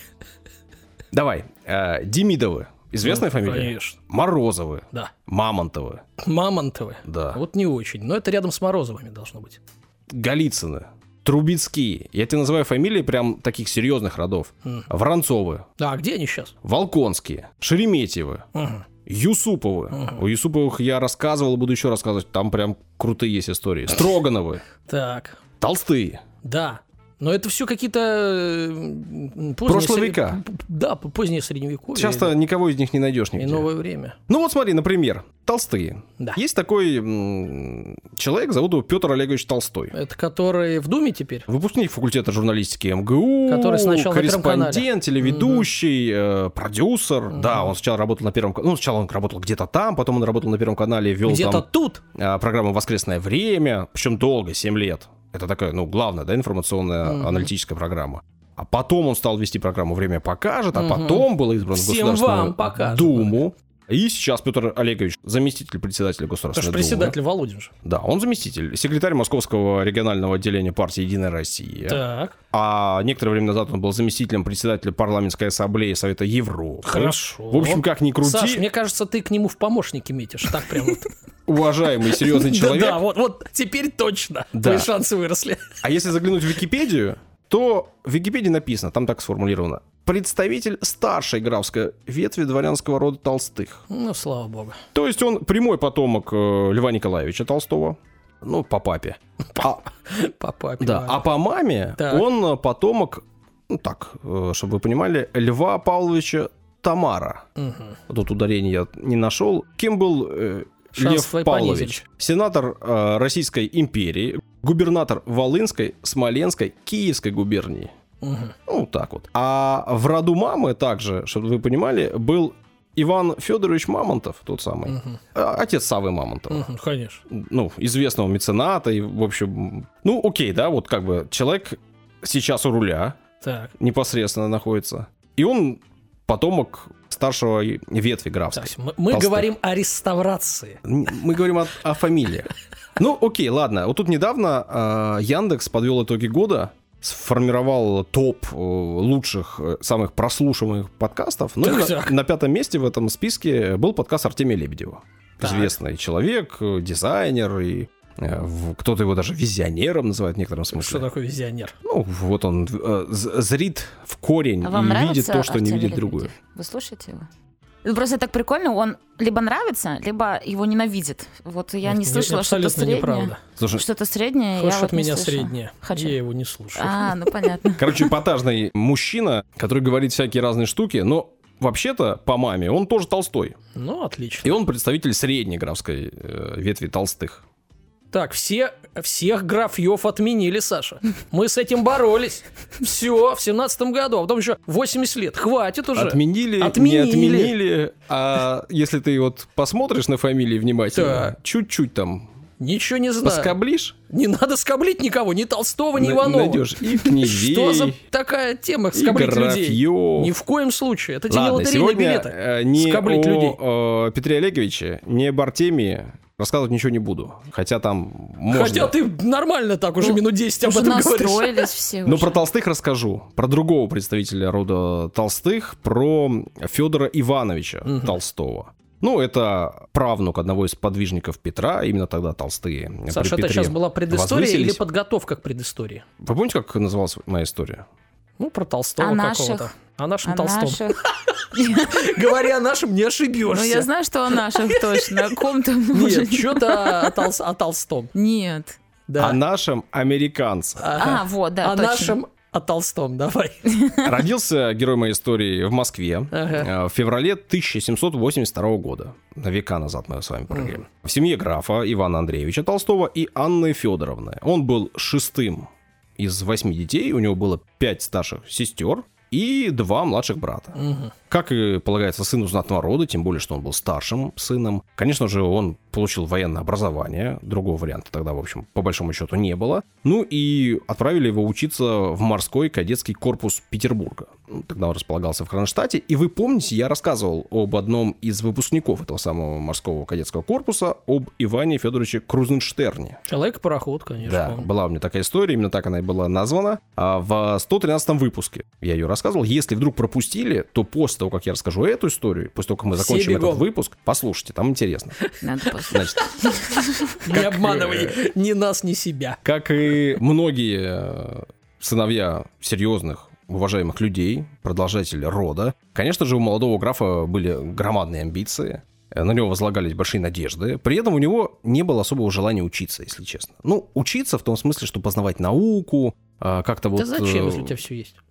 Давай, э, Демидовы. Известная Ну, фамилия? Конечно. Морозовы. Да. Мамонтовы. Мамонтовы. Да. Вот не очень. Но это рядом с Морозовыми должно быть. Голицыны. Трубецкие. Я тебе называю фамилии прям таких серьезных родов. Мгм. Воронцовы. А где они сейчас? Волконские. Шереметьевы. Мгм. Юсуповы. Мгм. У Юсуповых я рассказывал, буду еще рассказывать. Там прям крутые есть истории. Строгановы. Так. Толстые. Да. Но это все какие-то э, поздние Прошлого сред- века. Да, позднее средневековье. Часто никого из них не найдешь и нигде. новое время. Ну вот смотри, например, Толстые. Да. Есть такой м, человек, зовут его Петр Олегович Толстой. Это который в Думе теперь? Выпускник факультета журналистики МГУ, Который сначала на Первом канале. корреспондент, телеведущий, э, продюсер. Да, он сначала работал на Первом канале. Ну, сначала он работал где-то там, потом он работал на Первом канале, вел Где-то там тут. э, программу «Воскресное время», причем долго, семь лет. Это такая, ну, главная, да, информационная Мгм. аналитическая программа. А потом он стал вести программу «Время покажет», а Мгм. потом был избран в Всем Государственную вам покажет. Думу. И сейчас Петр Олегович, заместитель председателя Потому Государственной что Думы. председатель Володин же. Да, он заместитель, секретарь Московского регионального отделения партии «Единая Россия». Так, А некоторое время назад он был заместителем председателя парламентской ассамблеи Совета Европы. хорошо. В общем, как ни крути, Саш, мне кажется, ты к нему в помощники метишь. Так прям вот. уважаемый, серьезный человек. Да, вот, вот теперь точно Да. твои шансы выросли. А если заглянуть в Википедию, то в Википедии написано, там так сформулировано: представитель старшей графской ветви дворянского рода Толстых. Ну, слава богу. То есть он прямой потомок э, Льва Николаевича Толстого. Ну, по папе. А, По папе. да, а по маме Так. он э, потомок, ну так, э, чтобы вы понимали, Льва Павловича Тамара. Мгм. Тут ударение я не нашел. Кем был э, Шанс Лев твой Павлович? понизили. Сенатор э, Российской империи, губернатор Волынской, Смоленской, Киевской губернии. Мгм. Ну, так вот. А в роду мамы также, чтобы вы понимали, был Иван Федорович Мамонтов, тот самый. Мгм. А, Отец Саввы Мамонтова. Мгм, конечно. Ну, известного мецената. И, в общем, ну, окей, да, вот как бы человек сейчас у руля Так. непосредственно находится. И он потомок старшего ветви То графской. есть мы, мы Толстых. говорим о реставрации. Н- Мы говорим о, о фамилиях. Ну, окей, ладно. Вот тут недавно э, Яндекс подвел итоги года, сформировал топ э, лучших, э, самых прослушиваемых подкастов. Ну, и Так, на, так. на пятом месте в этом списке был подкаст Артемия Лебедева. Так. Известный человек, э, дизайнер и Кто-то его даже визионером называет в некотором смысле. Что такое визионер? Ну, вот он э, зрит в корень а и видит то, что не видит другое. Вы слушаете его? Просто так прикольно, он либо нравится, либо его ненавидит. Вот я не слышала что-то среднее. Неправда. Слушай, что-то среднее, хочешь я от вот меня не слышала. среднее? Хочу. Я его не слушаю. А, ну понятно. Короче, эпатажный мужчина, который говорит всякие разные штуки, но вообще-то по маме он тоже Толстой. Ну, отлично. И он представитель средней графской э, ветви Толстых. Так, все, всех графьев отменили, Саша. Мы с этим боролись. Все, в семнадцатом году, а потом еще восемьдесят лет. Хватит уже. Отменили, отменили. не отменили. А если ты вот посмотришь на фамилии внимательно, да. чуть-чуть там ничего не знаю. поскоблишь. Не надо скоблить никого, ни Толстого, ни Иванова. Найдешь и князей, что за такая тема скоблить людей? Ни в коем случае. Это тебе Ладно, лотерейные сегодня билеты. не скоблить о, людей. о Петре Олеговиче, не об Артемии рассказывать ничего не буду. Хотя там можно. Хотя ты нормально так уже ну, минут десять об уже этом говоришь. настроились все Но уже. про Толстых расскажу. Про другого представителя рода Толстых, про Федора Ивановича угу. Толстого. Ну, это правнук одного из подвижников Петра, именно тогда Толстые. Саша, это сейчас была предыстория или подготовка к предыстории? Вы помните, как называлась моя история? Ну, про Толстого о какого-то. Наших. О нашем о Толстом. Наших. Говоря о нашем, не ошибешься. Ну, я знаю, что о наших точно. О ком-то Нет, что-то о Толстом. Нет. О нашем американце. А, вот, да, О нашем о Толстом, давай. Родился герой моей истории в Москве ага. в феврале тысяча семьсот восемьдесят второго года. На века назад мы с вами прыгаем. Угу. В семье графа Ивана Андреевича Толстого и Анны Федоровны. Он был шестым из восьми детей. У него было пять старших сестер и два младших брата. Угу. Как и полагается сыну знатного рода, тем более, что он был старшим сыном. Конечно же, он получил военное образование. Другого варианта тогда, в общем, по большому счету не было. Ну и отправили его учиться в морской кадетский корпус Петербурга. Тогда он располагался в Кронштадте. И вы помните, я рассказывал об одном из выпускников этого самого морского кадетского корпуса, об Иване Федоровиче Крузенштерне. Человек-пароход, конечно. Да, была у меня такая история, именно так она и была названа. А в сто тринадцатом выпуске я ее рассказывал. Если вдруг пропустили, то после того, как я расскажу эту историю, после того, как мы закончим бегом. этот выпуск, послушайте, там интересно. Значит, не обманывай ни нас, ни себя. Как и многие сыновья серьезных, уважаемых людей, продолжатели рода, конечно же, у молодого графа были громадные амбиции. На него возлагались большие надежды. При этом у него не было особого желания учиться, если честно. Ну, учиться в том смысле, что познавать науку, как-то вот... Да зачем, если у тебя все есть?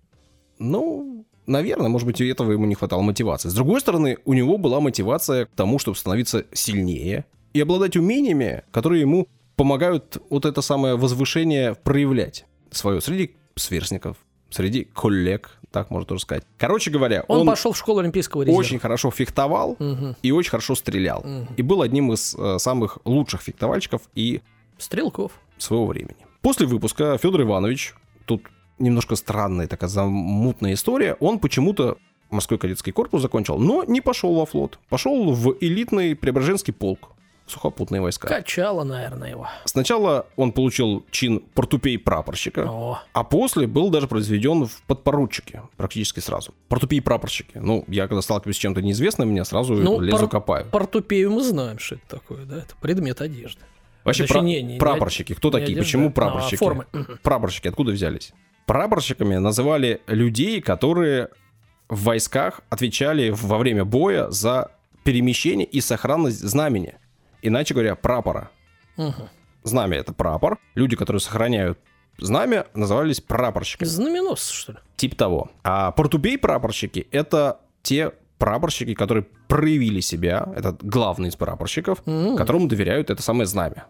Ну... Наверное, может быть, этого ему не хватало мотивации. С другой стороны, у него была мотивация к тому, чтобы становиться сильнее и обладать умениями, которые ему помогают вот это самое возвышение проявлять свое среди сверстников, среди коллег, так можно тоже сказать. Короче говоря, он, он пошел в школу Олимпийского резерва. Очень хорошо фехтовал угу. и очень хорошо стрелял. Угу. И был одним из э, самых лучших фехтовальщиков и стрелков своего времени. После выпуска Федор Иванович, тут немножко странная такая замутная история, он почему-то морской кадетский корпус закончил, но не пошел во флот. Пошел в элитный Преображенский полк, сухопутные войска. Качало, наверное, его. Сначала он получил чин портупей-прапорщика, О. а после был даже произведен в подпоручике практически сразу. Портупей-прапорщики. Ну, я когда сталкиваюсь с чем-то неизвестным, меня сразу ну, лезу пор- копаю. Портупею мы знаем, что это такое, да? Это предмет одежды. Вообще, Точнее, пра- не, не, прапорщики, кто не такие? одежда, Почему прапорщики? А, формы. Прапорщики откуда взялись? Прапорщиками называли людей, которые в войсках отвечали во время боя за перемещение и сохранность знамени. Иначе говоря, прапора. Угу. Знамя — это прапор. Люди, которые сохраняют знамя, назывались прапорщиками. Знаменосцы, что ли? Типа того. А портупей-прапорщики — это те прапорщики, которые проявили себя. Это главный из прапорщиков, mm. которому доверяют это самое знамя.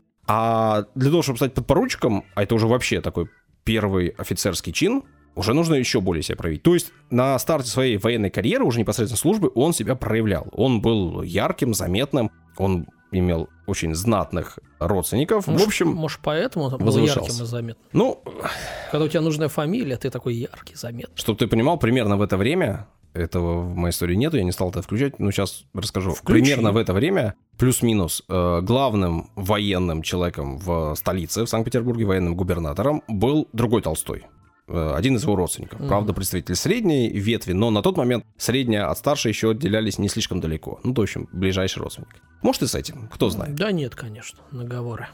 А для того, чтобы стать подпоручиком, а это уже вообще такой первый офицерский чин, уже нужно еще более себя проявить. То есть на старте своей военной карьеры, уже непосредственно службы, он себя проявлял. Он был ярким, заметным, он имел очень знатных родственников. Может, в общем, может, поэтому он был ярким и заметным? Ну, когда у тебя нужная фамилия, ты такой яркий, заметный. Чтобы ты понимал, примерно в это время, этого в моей истории нету, я не стал это включать, но сейчас расскажу. Включи. Примерно в это время, плюс-минус, главным военным человеком в столице, в Санкт-Петербурге, военным губернатором, был другой Толстой. Один из его родственников. Mm-hmm. Правда, представитель средней ветви, но на тот момент средняя от старшей еще отделялись не слишком далеко. Ну, то, в общем, ближайший родственник. Может, и с этим, кто знает. Да нет, конечно, наговоры.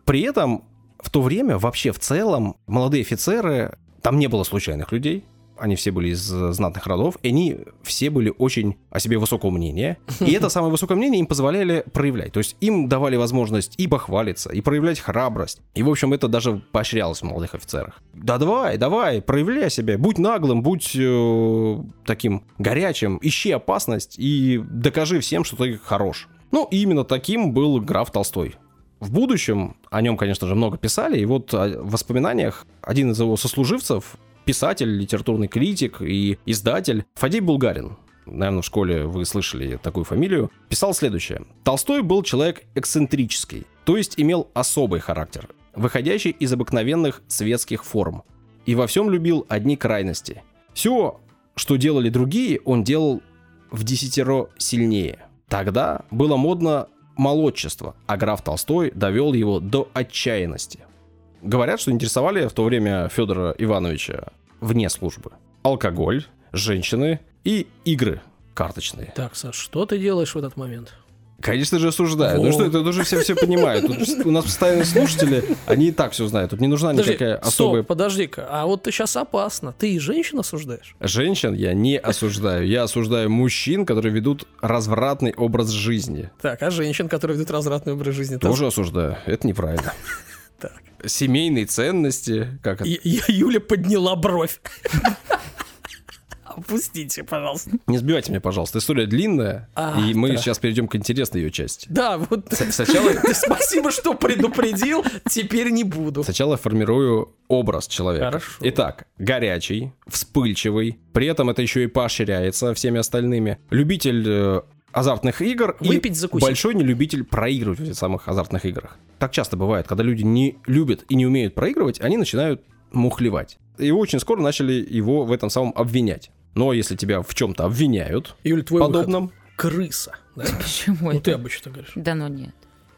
При этом в то время вообще в целом молодые офицеры, там не было случайных людей, они все были из знатных родов, и они все были очень о себе высокого мнения. И это самое высокое мнение им позволяли проявлять. То есть им давали возможность и похвалиться, и проявлять храбрость. И, в общем, это даже поощрялось в молодых офицерах. Да давай, давай, проявляй себя, будь наглым, будь э, таким горячим, ищи опасность и докажи всем, что ты хорош. Ну, и именно таким был граф Толстой. В будущем о нем, конечно же, много писали, и вот в воспоминаниях один из его сослуживцев, писатель, литературный критик и издатель Фадей Булгарин, наверное, в школе вы слышали такую фамилию, писал следующее. Толстой был человек эксцентрический, то есть имел особый характер, выходящий из обыкновенных светских форм, и во всем любил одни крайности. Все, что делали другие, он делал в десятеро сильнее. Тогда было модно молодчество, а граф Толстой довел его до отчаянности. Говорят, что интересовали в то время Федора Ивановича вне службы алкоголь, женщины и игры карточные. Так, Саш, что ты делаешь в этот момент? Конечно же, осуждаю. Во. Ну что, это уже все все понимают. Тут у нас постоянные слушатели, они и так все знают. Тут не нужна подожди, никакая особая... Стоп, подожди-ка, а вот ты сейчас опасно. Ты и женщин осуждаешь? Женщин я не осуждаю. Я осуждаю мужчин, которые ведут развратный образ жизни. Так, а женщин, которые ведут развратный образ жизни? Тоже осуждаю. Это неправильно. Так. Семейные ценности, как это? Юля подняла бровь. Опустите, пожалуйста. Не сбивайте меня, пожалуйста. История длинная, а, и мы да. сейчас перейдем к интересной ее части. Да, вот. Сначала... Спасибо, что предупредил, теперь не буду. Сначала формирую образ человека. Хорошо. Итак, горячий, вспыльчивый, при этом это еще и поощряется всеми остальными. Любитель э, азартных игр. Выпить, и закусить. Большой не любитель проигрывать в этих самых азартных играх. Так часто бывает, когда люди не любят и не умеют проигрывать, они начинают мухлевать. И очень скоро начали его в этом самом обвинять. Но если тебя в чем-то обвиняют, Юль, твой подобном... выход. Крыса. Да? Почему ну, это? Ты обычно говоришь. Да ну нет.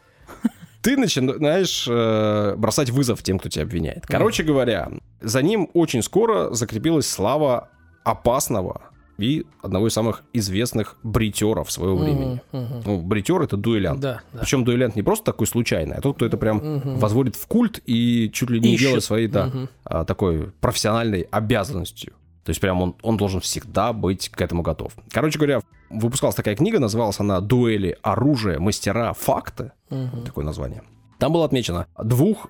Ты начинаешь э, бросать вызов тем, кто тебя обвиняет. Короче mm. говоря, за ним очень скоро закрепилась слава опасного и одного из самых известных бритеров своего mm-hmm. времени. Mm-hmm. Ну, бритер — это дуэлянт. Да, да. Причем дуэлянт не просто такой случайный, а тот, кто это прям mm-hmm. возводит в культ и чуть ли не Ищет. делает своей да, mm-hmm. такой профессиональной обязанностью. То есть прям он, он должен всегда быть к этому готов. Короче говоря, выпускалась такая книга, называлась она «Дуэли, оружие, мастера, факты». Угу. Такое название. Там было отмечено двух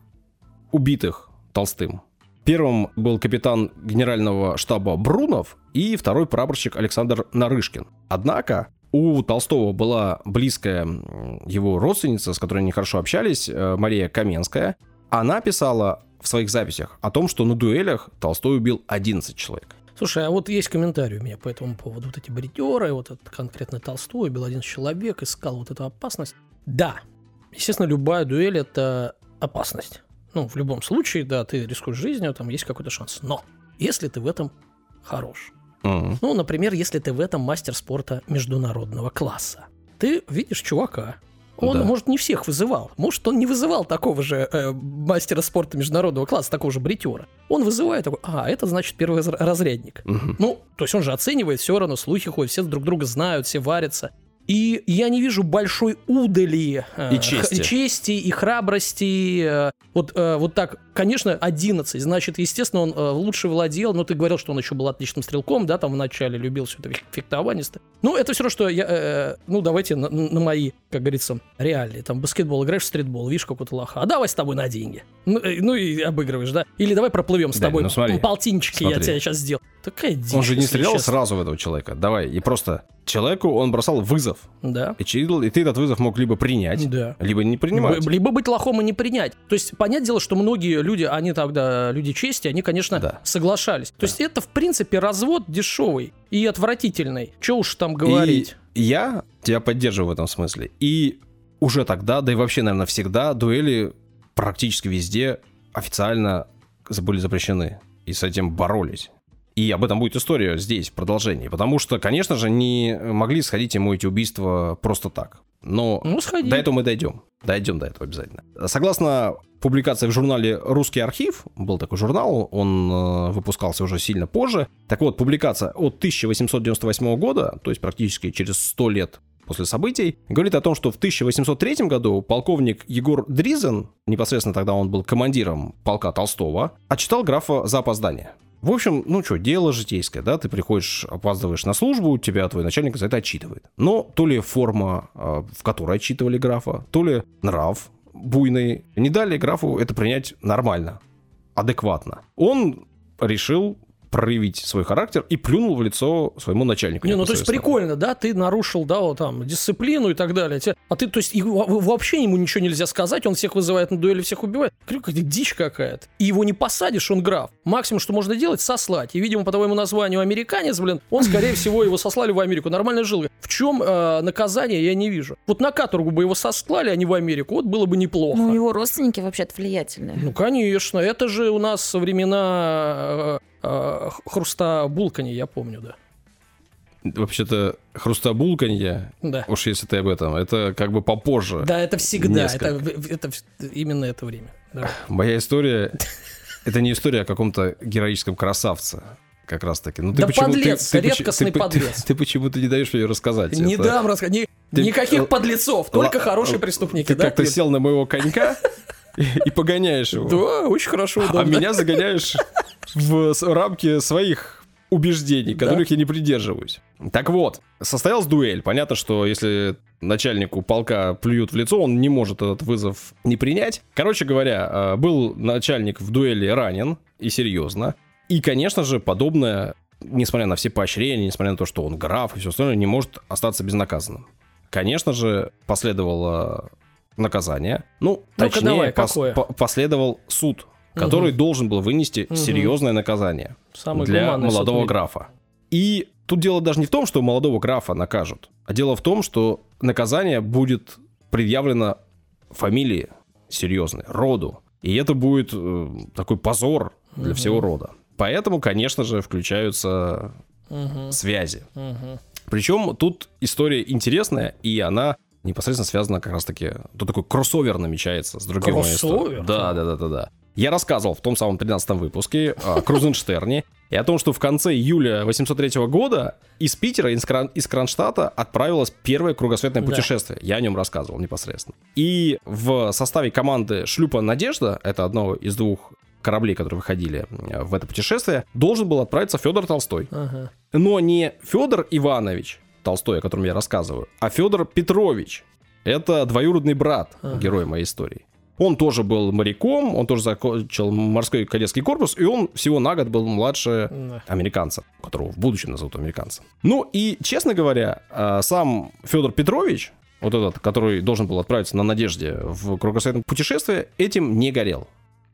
убитых Толстым. Первым был капитан генерального штаба Брунов и второй прапорщик Александр Нарышкин. Однако у Толстого была близкая его родственница, с которой они хорошо общались, Мария Каменская. Она писала в своих записях о том, что на дуэлях Толстой убил одиннадцать человек. Слушай, а вот есть комментарий у меня по этому поводу. Вот эти бритеры, вот этот конкретно Толстой убил одиннадцать человек, искал вот эту опасность. Да, естественно, любая дуэль — это опасность. Ну, в любом случае, да, ты рискуешь жизнью, там есть какой-то шанс. Но если ты в этом хорош, mm-hmm. ну, например, если ты в этом мастер спорта международного класса, ты видишь чувака, он, да. может, не всех вызывал. Может, он не вызывал такого же э, мастера спорта международного класса, такого же бритера. Он вызывает такой, а, это значит первый разрядник. Угу. Ну, то есть он же оценивает все равно, слухи ходят, все друг друга знают, все варятся. И я не вижу большой удали э, и чести. Х- чести и храбрости. Э, вот, э, вот так, конечно, одиннадцать. Значит, естественно, он э, лучше владел. Но ты говорил, что он еще был отличным стрелком, да, там в начале любил все это фехтование. Ну, это все равно, что я, э, ну, давайте на, на мои, как говорится, реалии. Там баскетбол играешь, в стритбол, видишь, какого-то лоха. А давай с тобой на деньги. Ну, э, ну и обыгрываешь, да? Или давай проплывем с да, тобой. Ну, полтиннички я тебе сейчас сделал. Такая дичь. Он же не стрелял честно. Сразу в этого человека. Давай, и просто человеку он бросал вызов. Да. И, и ты этот вызов мог либо принять, да. либо не принимать. Либо быть лохом и не принять. То есть, понятное дело, что многие люди, они тогда, люди чести, они, конечно, да. соглашались. То да. есть, это, в принципе, развод дешевый и отвратительный. Че уж там говорить. И я тебя поддерживаю в этом смысле. И уже тогда, да и вообще, наверное, всегда дуэли практически везде официально были запрещены. И с этим боролись. И об этом будет история здесь, в продолжении. Потому что, конечно же, не могли сходить ему эти убийства просто так. Но ну, до этого мы дойдем. Дойдем до этого обязательно. Согласно публикации в журнале «Русский архив», был такой журнал, он э, выпускался уже сильно позже. Так вот, публикация от тысяча восемьсот девяносто восьмого года, то есть практически через сто лет после событий, говорит о том, что в тысяча восемьсот третьем году полковник Егор Дризен, непосредственно тогда он был командиром полка Толстого, отчитал графа за опоздание. В общем, ну что, дело житейское, да, ты приходишь, опаздываешь на службу, тебя твой начальник за это отчитывает. Но то ли форма, в которой отчитывали графа, то ли нрав буйный, не дали графу это принять нормально, адекватно. Он решил проявить свой характер и плюнул в лицо своему начальнику. Не, ну то есть прикольно, да, ты нарушил, да, вот там, дисциплину и так далее. А ты, то есть, его, вообще ему ничего нельзя сказать, он всех вызывает на дуэли, всех убивает. Какая-то дичь какая-то. И его не посадишь, он граф. Максимум, что можно делать, сослать. И, видимо, по твоему названию американец, блин, он, скорее всего, его сослали в Америку. Нормально жил. В чем э, наказание, я не вижу. Вот на каторгу бы его сослали, а не в Америку, вот было бы неплохо. Ну, его родственники вообще-то влиятельные. Ну, конечно. Это же у нас со времена... Э, хрустобулканье, я помню, да. Вообще-то хрустобулканье, да. Уж если ты об этом, это как бы попозже. Да, это всегда, это, это именно это время. Да. Моя история, это не история о каком-то героическом красавце, как раз таки. Ну, да подлец, ты, ты, редкостный ты, подлец. Ты, ты почему-то не даешь мне рассказать. Не это... дам рассказать, Ни, ты... никаких подлецов, только Л... хорошие преступники. Ты да, как-то сел на моего конька и погоняешь его. Да, очень хорошо, удобно. А меня загоняешь в рамки своих убеждений, которых да. я не придерживаюсь. Так вот, состоялась дуэль. Понятно, что если начальнику полка плюют в лицо, он не может этот вызов не принять. Короче говоря, был начальник в дуэли ранен, и серьезно. И, конечно же, подобное, несмотря на все поощрения, несмотря на то, что он граф и все остальное, не может остаться безнаказанным. Конечно же, последовало наказание. Ну, Ну-ка, точнее, давай, пос- по- последовал суд, который угу. должен был вынести угу. серьезное наказание Самый для молодого суд. графа. И тут дело даже не в том, что молодого графа накажут, а дело в том, что наказание будет предъявлено фамилии серьезной, роду. И это будет э, такой позор для угу. всего рода. Поэтому, конечно же, включаются угу. связи. Угу. Причем тут история интересная, и она непосредственно связана как раз-таки... Тут такой кроссовер намечается с другими историей. Да, да, да, да, да. Я рассказывал в том самом тринадцатом выпуске о Крузенштерне и о том, что в конце июля восемьсот третьего года из Питера, из, Кран... из Кронштадта отправилось первое кругосветное путешествие. Да. Я о нем рассказывал непосредственно. И в составе команды шлюпа «Надежда», это одно из двух кораблей, которые выходили в это путешествие, должен был отправиться Федор Толстой. Ага. Но не Федор Иванович Толстой, о котором я рассказываю, а Федор Петрович. Это двоюродный брат ага. героя моей истории. Он тоже был моряком, он тоже закончил морской кадетский корпус, и он всего на год был младше да. американца, которого в будущем назовут американцем. Ну и, честно говоря, сам Федор Петрович, вот этот, который должен был отправиться на «Надежде» в кругосветное путешествие, этим не горел.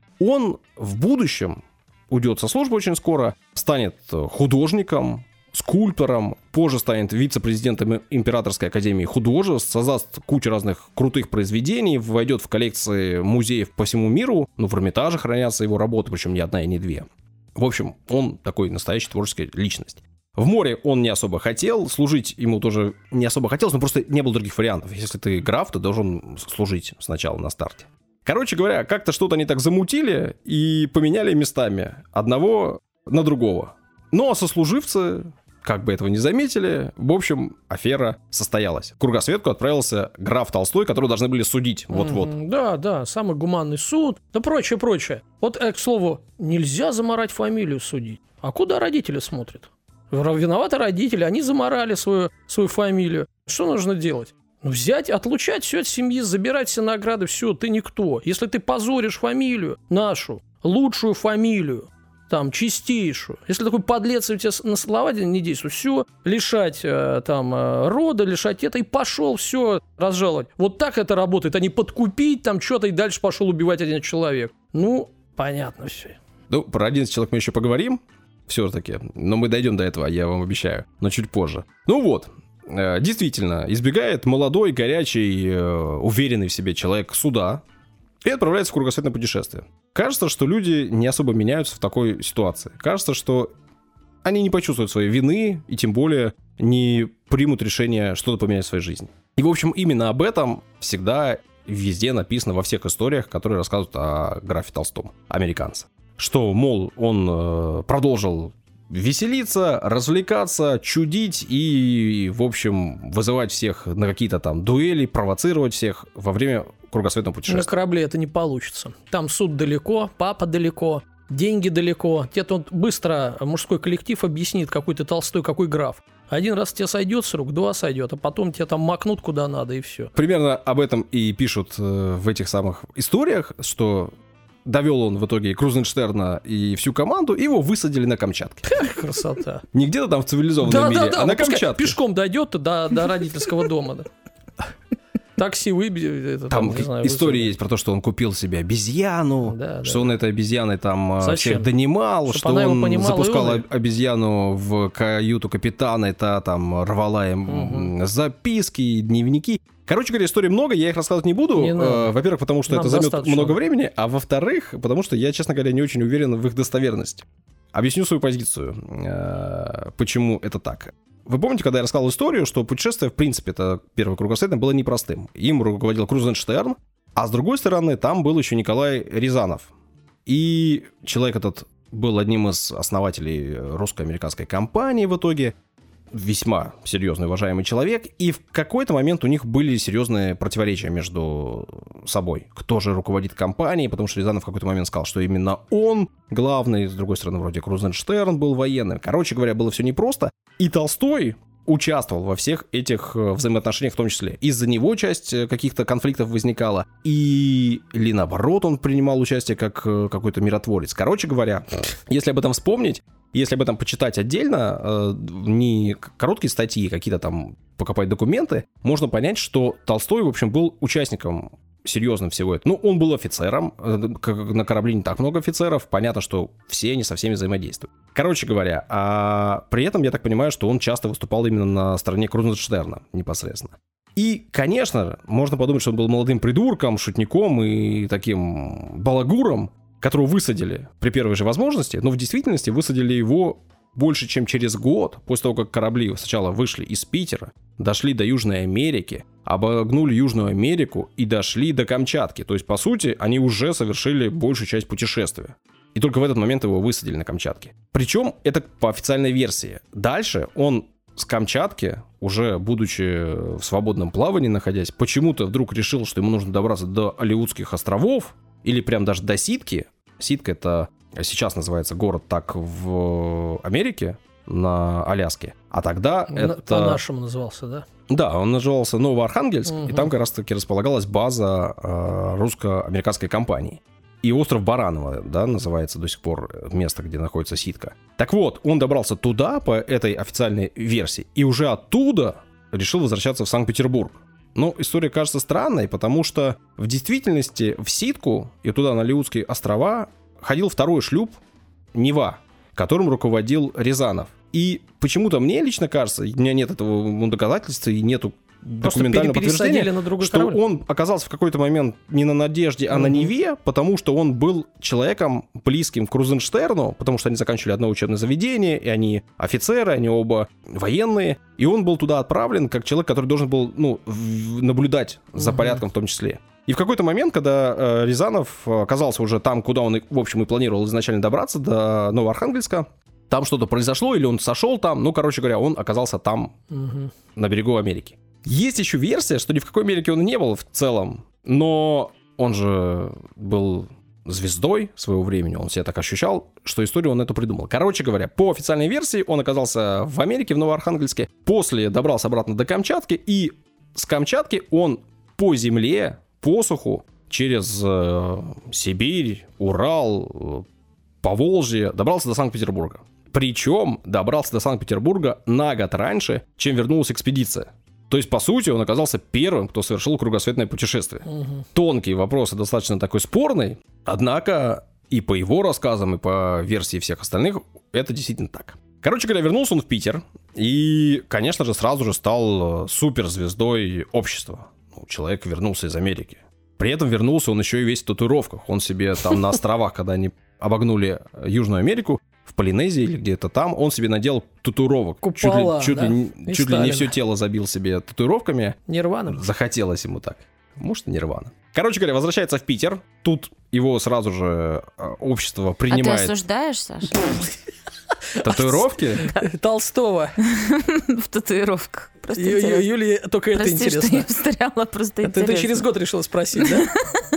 Он в будущем уйдет со службы очень скоро, станет художником, скульптором, позже станет вице-президентом Императорской академии художеств, создаст кучу разных крутых произведений, войдет в коллекции музеев по всему миру, ну, в Эрмитаже хранятся его работы, причем не одна и не две. В общем, он такой настоящая творческая личность. В море он не особо хотел, служить ему тоже не особо хотелось, но просто не было других вариантов. Если ты граф, ты должен служить сначала на старте. Короче говоря, как-то что-то они так замутили и поменяли местами одного на другого. Ну, а сослуживцы, как бы этого не заметили, в общем, афера состоялась. В кругосветку отправился граф Толстой, которого должны были судить вот-вот. Mm-hmm. Да, да, самый гуманный суд, да прочее, прочее. Вот, э, к слову, нельзя заморать фамилию судить. А куда родители смотрят? Виноваты родители, они заморали свою, свою фамилию. Что нужно делать? Ну, взять, отлучать все от семьи, забирать все награды, все, ты никто. Если ты позоришь фамилию нашу, лучшую фамилию, там, чистейшую, если такой подлец, и у тебя на слова не действует, все, лишать э, там рода, лишать это, и пошел, все, разжаловать. Вот так это работает, а не подкупить там что-то, и дальше пошел убивать один человек. Ну, понятно все. Ну, про одиннадцать человек мы еще поговорим, все-таки, но мы дойдем до этого, я вам обещаю, но чуть позже. Ну вот. Действительно, избегает молодой, горячий, уверенный в себе человек суда и отправляется в кругосветное путешествие. Кажется, что люди не особо меняются в такой ситуации. Кажется, что они не почувствуют своей вины и тем более не примут решение что-то поменять в своей жизни. И, в общем, именно об этом всегда везде написано во всех историях, которые рассказывают о графе Толстом, американце. Что, мол, он продолжил веселиться, развлекаться, чудить и, в общем, вызывать всех на какие-то там дуэли, провоцировать всех во время кругосветного путешествия. На корабле это не получится. Там суд далеко, папа далеко, деньги далеко. Тебе тут быстро мужской коллектив объяснит, какой ты толстой, какой граф. Один раз тебе сойдет с рук, два сойдет, а потом тебя там макнут куда надо, и все. Примерно об этом и пишут э, в этих самых историях, что довел он в итоге Крузенштерна и всю команду, и его высадили на Камчатке. Красота. Не где-то там в цивилизованном мире, а на Камчатке. Пешком дойдет до, до родительского дома. Да. Такси выбьет. Там, там не знаю, история есть про то, что он купил себе обезьяну, да, что да. он этой обезьяной там Зачем? всех донимал, Чтоб что он понимала, запускал он... обезьяну в каюту капитана, и та там рвала им угу. записки, дневники. Короче говоря, историй много, я их рассказывать не буду. Не э, во-первых, потому что Нам это займет достаточно. много времени, а во-вторых, потому что я, честно говоря, не очень уверен в их достоверности. Объясню свою позицию, э, почему это так. Вы помните, когда я рассказал историю, что путешествие, в принципе, это первое кругосветное, было непростым. Им руководил Крузенштерн, а с другой стороны, там был еще Николай Рязанов. И человек этот был одним из основателей русско-американской компании в итоге. Весьма серьезный, уважаемый человек. И в какой-то момент у них были серьезные противоречия между собой. Кто же руководит компанией, потому что Рязанов в какой-то момент сказал, что именно он главный. С другой стороны, вроде Крузенштерн был военным. Короче говоря, было все непросто. И Толстой участвовал во всех этих взаимоотношениях в том числе. Из-за него часть каких-то конфликтов возникала. И или наоборот, он принимал участие как какой-то миротворец. Короче говоря, если об этом вспомнить, если об этом почитать отдельно, не короткие статьи, какие-то там покопать документы, можно понять, что Толстой, в общем, был участником серьезным всего этого. Ну, он был офицером, на корабле не так много офицеров, понятно, что все они со всеми взаимодействуют. Короче говоря, а при этом, я так понимаю, что он часто выступал именно на стороне Крузенштерна непосредственно. И, конечно же, можно подумать, что он был молодым придурком, шутником и таким балагуром, которого высадили при первой же возможности, но в действительности высадили его больше, чем через год, после того, как корабли сначала вышли из Питера, дошли до Южной Америки, обогнули Южную Америку и дошли до Камчатки. То есть, по сути, они уже совершили большую часть путешествия. И только в этот момент его высадили на Камчатке. Причем это по официальной версии. Дальше он с Камчатки, уже будучи в свободном плавании находясь, почему-то вдруг решил, что ему нужно добраться до Алеутских островов, или прям даже до Ситки. Ситка — это сейчас называется город так в Америке, на Аляске. А тогда на, это... По-нашему назывался, да? Да, он назывался Новоархангельск, угу. и там как раз-таки располагалась база э, русско-американской компании. И остров Бараново, да, называется до сих пор место, где находится Ситка. Так вот, он добрался туда по этой официальной версии, и уже оттуда решил возвращаться в Санкт-Петербург. Но история кажется странной, потому что в действительности в Ситку и туда на Алеутские острова ходил второй шлюп Нева, которым руководил Рязанов. И почему-то мне лично кажется, у меня нет этого доказательства и нету документального подтверждения, на что корабль. Он оказался в какой-то момент не на Надежде, а mm-hmm. на Неве, потому что он был человеком близким к Крузенштерну, потому что они заканчивали одно учебное заведение, и они офицеры, они оба военные, и он был туда отправлен как человек, который должен был, ну, наблюдать за mm-hmm. порядком в том числе. И в какой-то момент, когда э, Рязанов оказался уже там, куда он, в общем, и планировал изначально добраться, до Новоархангельска, там что-то произошло, или он сошел там, ну, короче говоря, он оказался там, mm-hmm. на берегу Америки. Есть еще версия, что ни в какой Америке он не был в целом, но он же был звездой своего времени, он себя так ощущал, что историю он эту придумал. Короче говоря, по официальной версии он оказался в Америке, в Новоархангельске, после добрался обратно до Камчатки, и с Камчатки он по земле, по суху, через э, Сибирь, Урал, э, Поволжье добрался до Санкт-Петербурга. Причем добрался до Санкт-Петербурга на год раньше, чем вернулась экспедиция. То есть, по сути, он оказался первым, кто совершил кругосветное путешествие. Угу. Тонкий вопрос и достаточно такой спорный, однако и по его рассказам, и по версии всех остальных, это действительно так. Короче говоря, вернулся он в Питер и, конечно же, сразу же стал суперзвездой общества. Ну, человек вернулся из Америки. При этом вернулся он еще и весь в татуировках. Он себе там на островах, когда они обогнули Южную Америку, в Полинезии или где-то там, он себе надел татуировок. Купола, чуть ли, чуть да? ли, чуть ли не все тело забил себе татуировками. Нирвана. Захотелось ему так. Может, и Нирвана. Короче говоря, возвращается в Питер. Тут его сразу же общество принимает. А ты осуждаешь, Саша? Татуировки? Толстого. В татуировках. Юлии только это интересно. Прости, что я встряла, просто интересно. Ты через год решила спросить, да?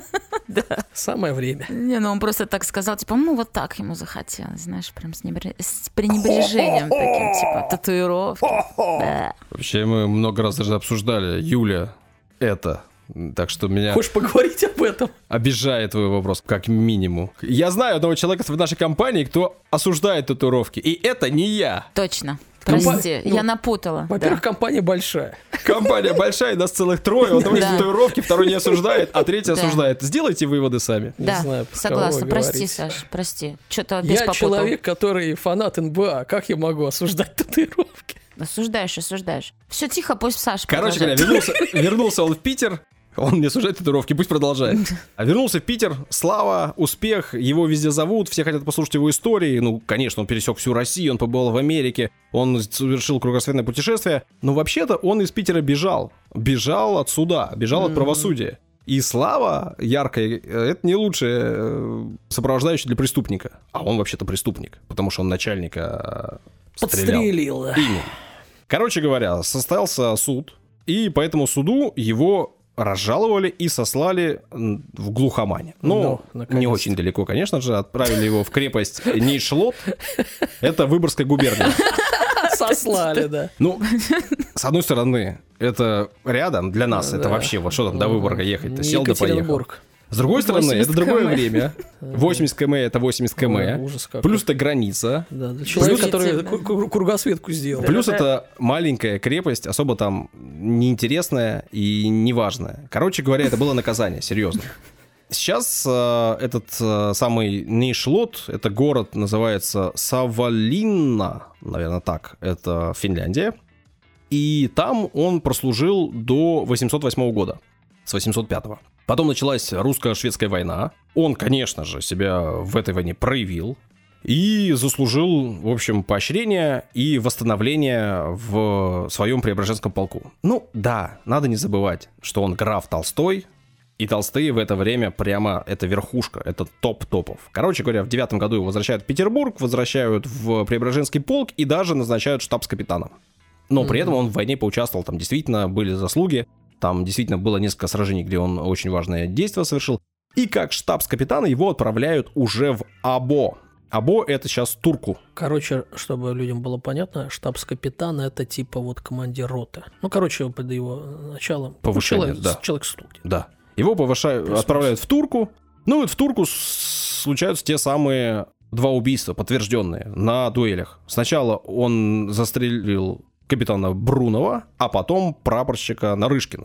Да. Самое время. Не, ну он просто так сказал, типа, ну вот так ему захотелось, знаешь, прям с, небре... с пренебрежением таким, типа, татуировки. Да. Вообще мы много раз даже обсуждали, Юля, это... Так что меня... Хочешь поговорить об этом? Обижает твой вопрос, как минимум. Я знаю одного человека в нашей компании, кто осуждает татуировки, и это не я. Точно. Прости, Компа... я ну, напутала. Во-первых, да. компания большая. Компания большая, нас целых трое. Вот есть татуировки, второй не осуждает, а третий осуждает. Сделайте выводы сами. Да, согласна. Прости, Саш, прости. Что-то опять попутал. Я человек, который фанат эн бэ а. Как я могу осуждать татуировки? Осуждаешь, осуждаешь. Все тихо, пусть Саша Короче говоря, вернулся, вернулся он в Питер. Он не осуждает татуировки, пусть продолжает. А вернулся в Питер, слава, успех, его везде зовут, все хотят послушать его истории. Ну, конечно, он пересек всю Россию, он побывал в Америке, он совершил кругосветное путешествие. Но вообще-то он из Питера бежал. Бежал от суда, бежал от правосудия. И слава яркая, это не лучшее сопровождающее для преступника. А он вообще-то преступник, потому что он начальника стрелял. Подстрелил, да. Именно. Короче говоря, состоялся суд, и по этому суду его... разжаловали и сослали в глухомань. Ну, ну не очень далеко, конечно же. Отправили его в крепость Нейшлот. Это Выборгская губерния. Сослали, да. Ну, с одной стороны, это рядом для нас. Это вообще, вот что там до Выборга ехать-то? Сел да поехал. С другой стороны, это другое время. восемьдесят километров это восемьдесят километров. Плюс это граница. Да, человек, который кругосветку сделал. Плюс это маленькая крепость, особо там неинтересная и неважная. Короче говоря, это было наказание, серьезно. Сейчас э, этот э, самый Нейшлот, это город называется Савалинна, наверное, так, это Финляндия. И там он прослужил до восемьсот восьмого года, с восемьсот пятого. Потом началась русско-шведская война. Он, конечно же, себя в этой войне проявил и заслужил, в общем, поощрение и восстановление в своем Преображенском полку. Ну, да, надо не забывать, что он граф Толстой, и Толстые в это время прямо это верхушка, это топ топов. Короче говоря, в девятом году его возвращают в Петербург, возвращают в Преображенский полк и даже назначают штабс-капитаном. Но при этом он в войне поучаствовал, там действительно были заслуги. Там действительно было несколько сражений, где он очень важное действие совершил. И как штабс-капитана его отправляют уже в АБО. АБО — это сейчас Турку. Короче, чтобы людям было понятно, штабс-капитан — это типа вот командир роты. Ну, короче, под его началом. Повышение, человек, да. Человек сто. Да. Его повышают, отправляют в Турку. Ну, вот в Турку случаются те самые два убийства, подтвержденные, на дуэлях. Сначала он застрелил капитана Брунова, а потом прапорщика Нарышкина.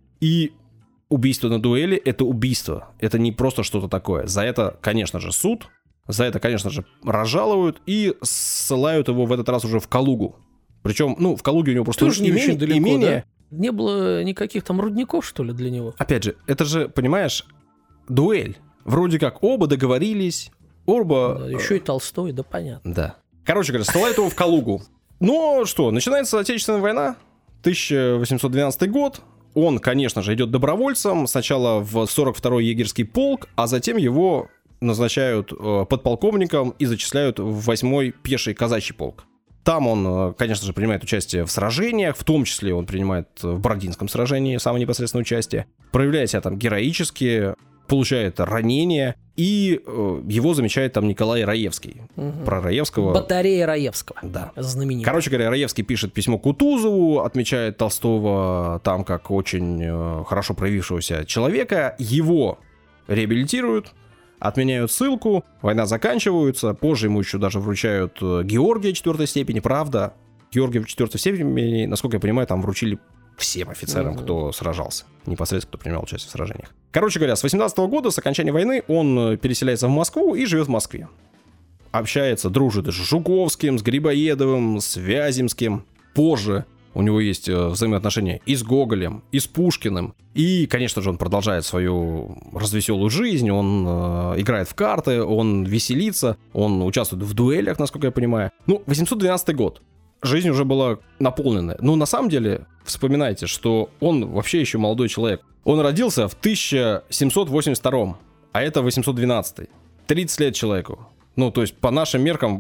И убийство на дуэли — это убийство. Это не просто что-то такое. За это, конечно же, суд. За это, конечно же, разжалуют и ссылают его в этот раз уже в Калугу. Причем, ну, в Калуге у него просто тоже не имение, очень далеко, имение... да? Не было никаких там рудников, что ли, для него? Опять же, это же, понимаешь, дуэль. Вроде как оба договорились, оба... Да, еще и Толстой, да понятно. Да. Короче говоря, ссылают его в Калугу. Но что, начинается Отечественная война, тысяча восемьсот двенадцатый год. Он, конечно же, идет добровольцем. Сначала в сорок второй егерский полк, а затем его назначают э, подполковником и зачисляют в восьмой пеший казачий полк. Там он, конечно же, принимает участие в сражениях, в том числе он принимает в Бородинском сражении самое непосредственное участие, проявляет себя там героически, получает ранения, и э, его замечает там Николай Раевский. Угу. Про Раевского... Батарея Раевского. Да. Знаменитый. Короче говоря, Раевский пишет письмо Кутузову, отмечает Толстого там как очень э, хорошо проявившегося человека, его реабилитируют, отменяют ссылку, война заканчивается, позже ему еще даже вручают Георгия четвертой степени, правда, Георгия четвертой степени, насколько я понимаю, там вручили всем офицерам, mm-hmm. кто сражался, непосредственно, кто принимал участие в сражениях. Короче говоря, с восемнадцатого года, с окончания войны, он переселяется в Москву и живет в Москве. Общается, дружит с Жуковским, с Грибоедовым, с Вяземским. Позже у него есть взаимоотношения и с Гоголем, и с Пушкиным. И, конечно же, он продолжает свою развеселую жизнь, он э, играет в карты, он веселится, он участвует в дуэлях, насколько я понимаю. Ну, восемьсот двенадцатый год. Жизнь уже была наполненная. Ну, на самом деле, вспоминайте, что он вообще еще молодой человек. Он родился в тысяча семьсот восемьдесят втором, а это восемьсот двенадцатый. тридцать лет человеку. Ну, то есть, по нашим меркам,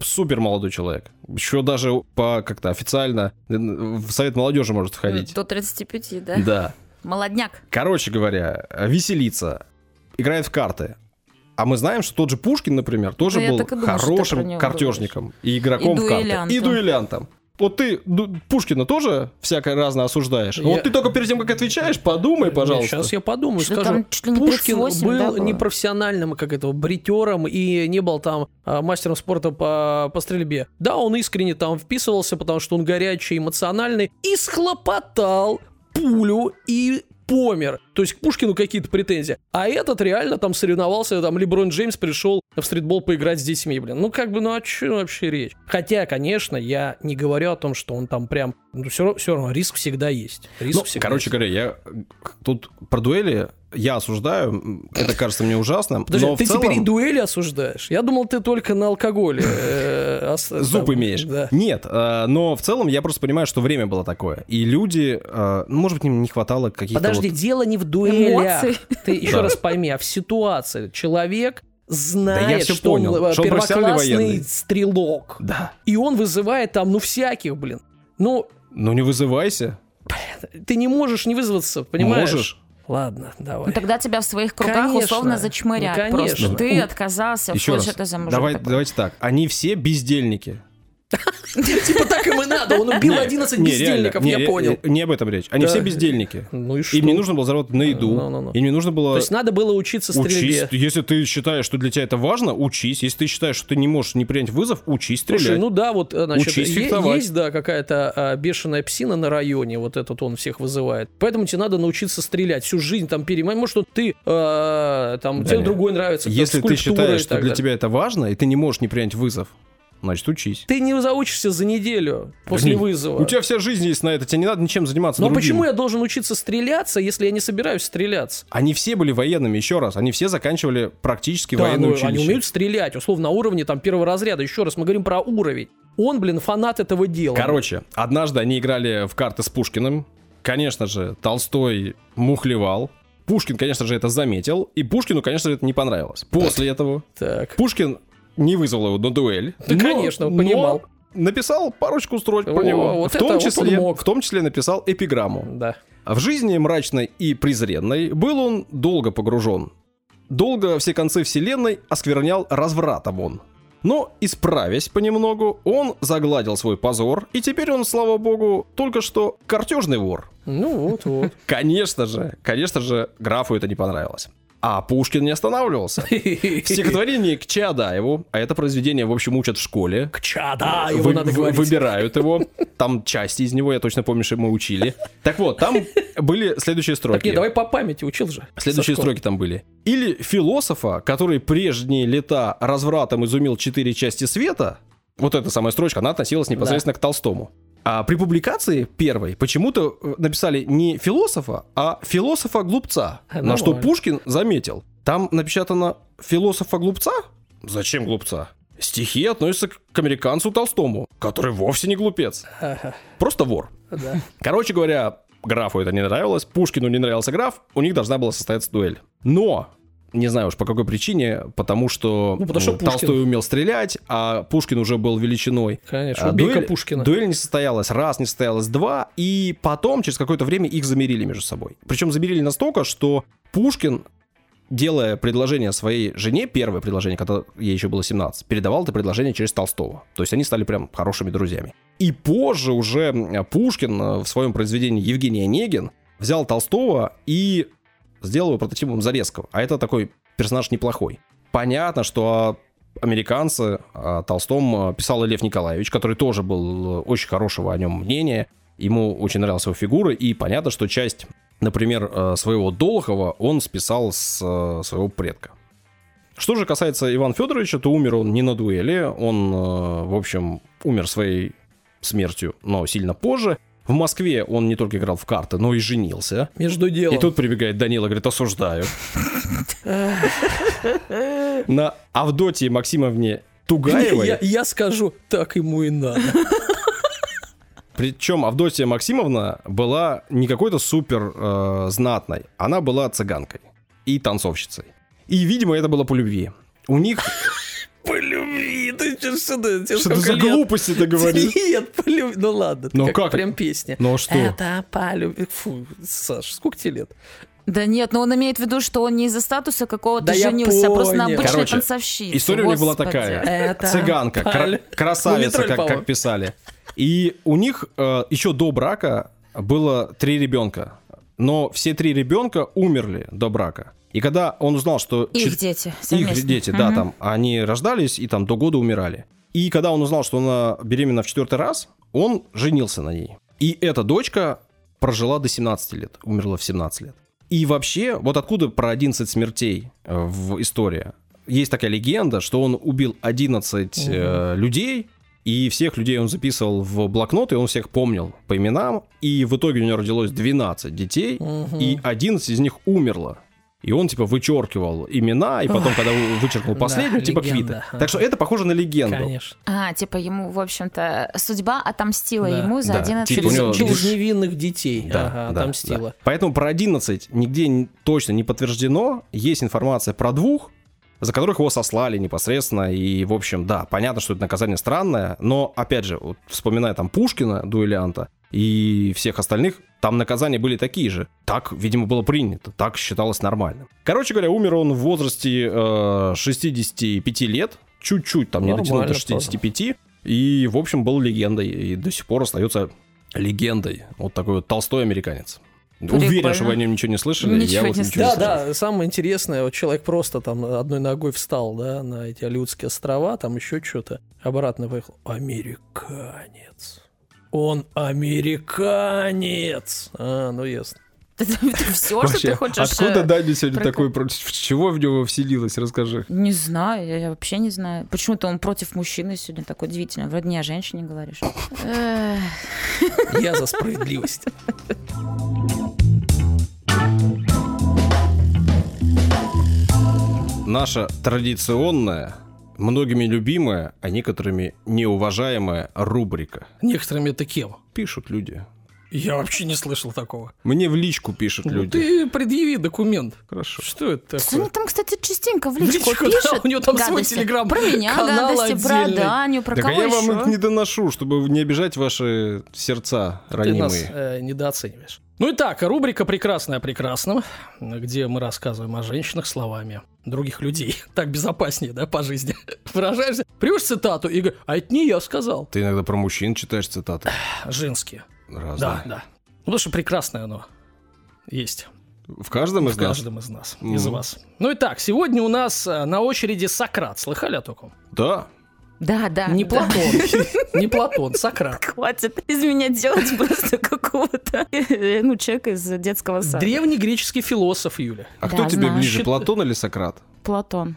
супер молодой человек. Еще даже по как-то официально в совет молодежи может входить. До тридцати пяти, да? Да. Молодняк. Короче говоря, веселится, играет в карты. А мы знаем, что тот же Пушкин, например, тоже ну, был думаю, хорошим картежником говоришь. И игроком и в карты. И дуэлянтом. Вот ты Пушкина тоже всякое разное осуждаешь. Я... Вот ты только перед тем, как отвечаешь, подумай, пожалуйста. Сейчас я подумаю, что скажу. Пушкин был да, непрофессиональным, как этого, бритером и не был там а, мастером спорта по, по стрельбе. Да, он искренне там вписывался, потому что он горячий, эмоциональный, и схлопотал пулю и помер. То есть к Пушкину какие-то претензии. А этот реально там соревновался, там Леброн Джеймс пришел в стритбол поиграть с детьми, блин. Ну как бы, ну о чем вообще речь? Хотя, конечно, я не говорю о том, что он там прям... Ну все, все равно риск всегда есть. Риск ну, всегда короче есть. говоря, я тут про дуэли я осуждаю, это кажется мне ужасным. Подожди, но ты целом... теперь и дуэли осуждаешь? Я думал, ты только на алкоголе. Зуб имеешь. Нет, но в целом я просто понимаю, что время было такое. И люди, может быть, им не хватало каких-то... Подожди, дело не в дуэлях. Ты еще раз пойми, а в ситуации. Человек знает, да я все что понял, он что он первоклассный стрелок. Да. И он вызывает там, ну, всяких, блин. Ну... Ну, не вызывайся. Ты не можешь не вызваться, понимаешь? Можешь. Ладно, давай. Ну, тогда тебя в своих кругах конечно. условно зачмырят. Ну, просто ты отказался, еще раз, это за мужик давай, такой. Давайте так. Они все бездельники. Типа так им и надо. Он убил одиннадцать бездельников, я понял. Не об этом речь. Они все бездельники. Ну и что? Им не нужно было заработать на еду. Им не нужно было... То есть надо было учиться стрельбе. Если ты считаешь, что для тебя это важно, учись. Если ты считаешь, что ты не можешь не принять вызов, учись стрелять. Слушай, ну да, вот, значит, учись фехтовать. Есть, да, какая-то а, бешеная псина на районе, вот этот он всех вызывает. Поэтому тебе надо научиться стрелять. Всю жизнь там перемать. Может, что ты, а, там, да тебе нет. другой нравится. Если ты считаешь, что для тебя это важно, и ты не можешь не принять вызов, значит, учись. Ты не заучишься за неделю после не, вызова. У тебя вся жизнь есть на это, тебе не надо ничем заниматься. Но другим. почему я должен учиться стреляться, если я не собираюсь стреляться? Они все были военными, еще раз. Они все заканчивали практически да, военное ну, училище. Они умеют стрелять, условно, на уровне там первого разряда. Еще раз, мы говорим про уровень. Он, блин, фанат этого дела. Короче, однажды они играли в карты с Пушкиным. Конечно же, Толстой мухлевал. Пушкин, конечно же, это заметил. И Пушкину, конечно же, это не понравилось. После этого так. Пушкин не вызвал его на дуэль. Да, но, конечно, понимал. Написал парочку строчек О, про него. Вот в, том это, числе, вот в том числе написал эпиграмму. Да. В жизни мрачной и презренной был он долго погружен. Долго все концы вселенной осквернял развратом он. Но, исправясь понемногу, он загладил свой позор, и теперь он, слава богу, только что картежный вор. Ну вот-вот. Конечно же, конечно же, графу это не понравилось. А Пушкин не останавливался. В стихотворении к Чаадаеву, а это произведение, в общем, учат в школе. К Чаадаеву вы, надо вы, говорить. Выбирают его. Там части из него, я точно помню, что мы учили. Так вот, там были следующие строки. Так нет, давай по памяти, учил же. Следующие строки там были. Или философа, который прежние лета развратом изумил четыре части света. Вот эта самая строчка, она относилась непосредственно да. к Толстому. А при публикации первой почему-то написали не философа, а философа-глупца. Ну, на что Пушкин заметил. Там напечатано философа-глупца? Зачем глупца? Стихи относятся к американцу Толстому, который вовсе не глупец. Ага. Просто вор. Да. Короче говоря, графу это не нравилось, Пушкину не нравился граф, у них должна была состояться дуэль. Но... Не знаю уж по какой причине, потому что, ну, потому что Толстой умел стрелять, а Пушкин уже был величиной. Конечно, а убейка дуэль, Пушкина. Дуэль не состоялась раз, не состоялась два, и потом, через какое-то время, их замирили между собой. Причем замирили настолько, что Пушкин, делая предложение своей жене, первое предложение, когда ей еще было семнадцать, передавал это предложение через Толстого. То есть они стали прям хорошими друзьями. И позже уже Пушкин в своем произведении «Евгений Онегин» взял Толстого и... сделал его прототипом Зарецкого. А это такой персонаж неплохой. Понятно, что американцы о Толстом писал и Лев Николаевич, который тоже был очень хорошего о нем мнения. Ему очень нравилась его фигура. И понятно, что часть, например, своего Долохова он списал с своего предка. Что же касается Ивана Федоровича, то умер он не на дуэли. Он, в общем, умер своей смертью, но сильно позже. В Москве он не только играл в карты, но и женился. Между делом. И тут прибегает Данила и говорит, осуждаю. На Авдотье Максимовне Тугаевой. Я скажу, так ему и надо. Причем Авдотья Максимовна была не какой-то супер знатной. Она была цыганкой и танцовщицей. И, видимо, это было по любви. У них... По любви, ты что, ты, что ты за глупости ты говоришь? Нет, по любви, ну ладно, ну, как, как прям песня. Ну что? Это по любви, фу, Саш, сколько тебе лет? Да нет, но он имеет в виду, что он не из-за статуса какого-то да женился, а просто на обычной Короче, танцовщице. История Господи. у них была такая. Это цыганка, кра- красавица, как, как писали. И у них э, еще до брака было три ребенка. Но все три ребенка умерли до брака. И когда он узнал, что... Их чет... дети совместно. Их дети, угу. да, там, они рождались и там до года умирали. И когда он узнал, что она беременна в четвертый раз, он женился на ней. И эта дочка прожила до семнадцати лет, умерла в семнадцать лет. И вообще, вот откуда про одиннадцать смертей в истории? Есть такая легенда, что он убил одиннадцать угу. э, людей, и всех людей он записывал в блокнот, и он всех помнил по именам. И в итоге у него родилось двенадцать детей, угу. и одиннадцать из них умерло. И он, типа, вычеркивал имена, и потом, Ой, когда вычеркнул последнюю, да, типа, квита. Так что это похоже на легенду. Конечно. А, типа, ему, в общем-то, судьба отомстила да. ему за да. одиннадцать типа, через, через невинных детей да, ага, да, отомстила. Да. Поэтому про одиннадцать нигде точно не подтверждено. Есть информация про двух, за которых его сослали непосредственно. И, в общем, да, понятно, что это наказание странное. Но, опять же, вот, вспоминая там Пушкина, дуэлянта, и всех остальных, там наказания были такие же. Так, видимо, было принято, так считалось нормальным. Короче говоря, умер он в возрасте э, шестидесяти пяти лет, чуть-чуть там не дотянул до шестидесяти пяти, и, в общем, был легендой, и до сих пор остается легендой. Вот такой вот толстой американец. Прикольно. Уверен, что вы о нем ничего не слышали. Ничего я не вот ничего да, не слышал. да, самое интересное, вот человек просто там одной ногой встал, да, на эти Алеутские острова, там еще что-то, обратно поехал. Американец. Он американец. А, ну ясно. Это, это все, вообще, что ты хочешь... Откуда Даня сегодня про... такой... Против чего в него вселилось? Расскажи. Не знаю, я, я вообще не знаю. Почему-то он против мужчины сегодня такой удивительный. Вроде не о женщине говоришь. Я за справедливость. Наша традиционная, многими любимая, а некоторыми неуважаемая рубрика. Некоторыми это кем? Пишут люди. Я вообще не слышал такого. Мне в личку пишут ну, люди. Ты предъяви документ. Хорошо. Что это такое? Они там, кстати, частенько в личку, в личку пишут. Да, у него там гадости. свой телеграм. Про меня гадости, отдельный. про Даню, про так кого а я еще? вам их не доношу, чтобы не обижать ваши сердца ранимые. Ты нас э, недооцениваешь. Ну и так, рубрика «Прекрасное о прекрасном», где мы рассказываем о женщинах словами других людей. Так безопаснее, да, по жизни. Выражаешься, приводишь цитату и говоришь, а это не я сказал. Ты иногда про мужчин читаешь цитаты. Женские. Разные. Да, да. Потому что прекрасное оно есть. В каждом из В нас? В каждом из нас, mm. из вас. Ну и так, сегодня у нас на очереди Сократ. Слыхали о таком? Да. Да, да. Не да. Платон, не Платон, Сократ. Хватит из меня делать просто какого-то, ну, человека из детского сада. Древний греческий философ, Юля. А кто тебе знаю. ближе, Платон или Сократ? Платон.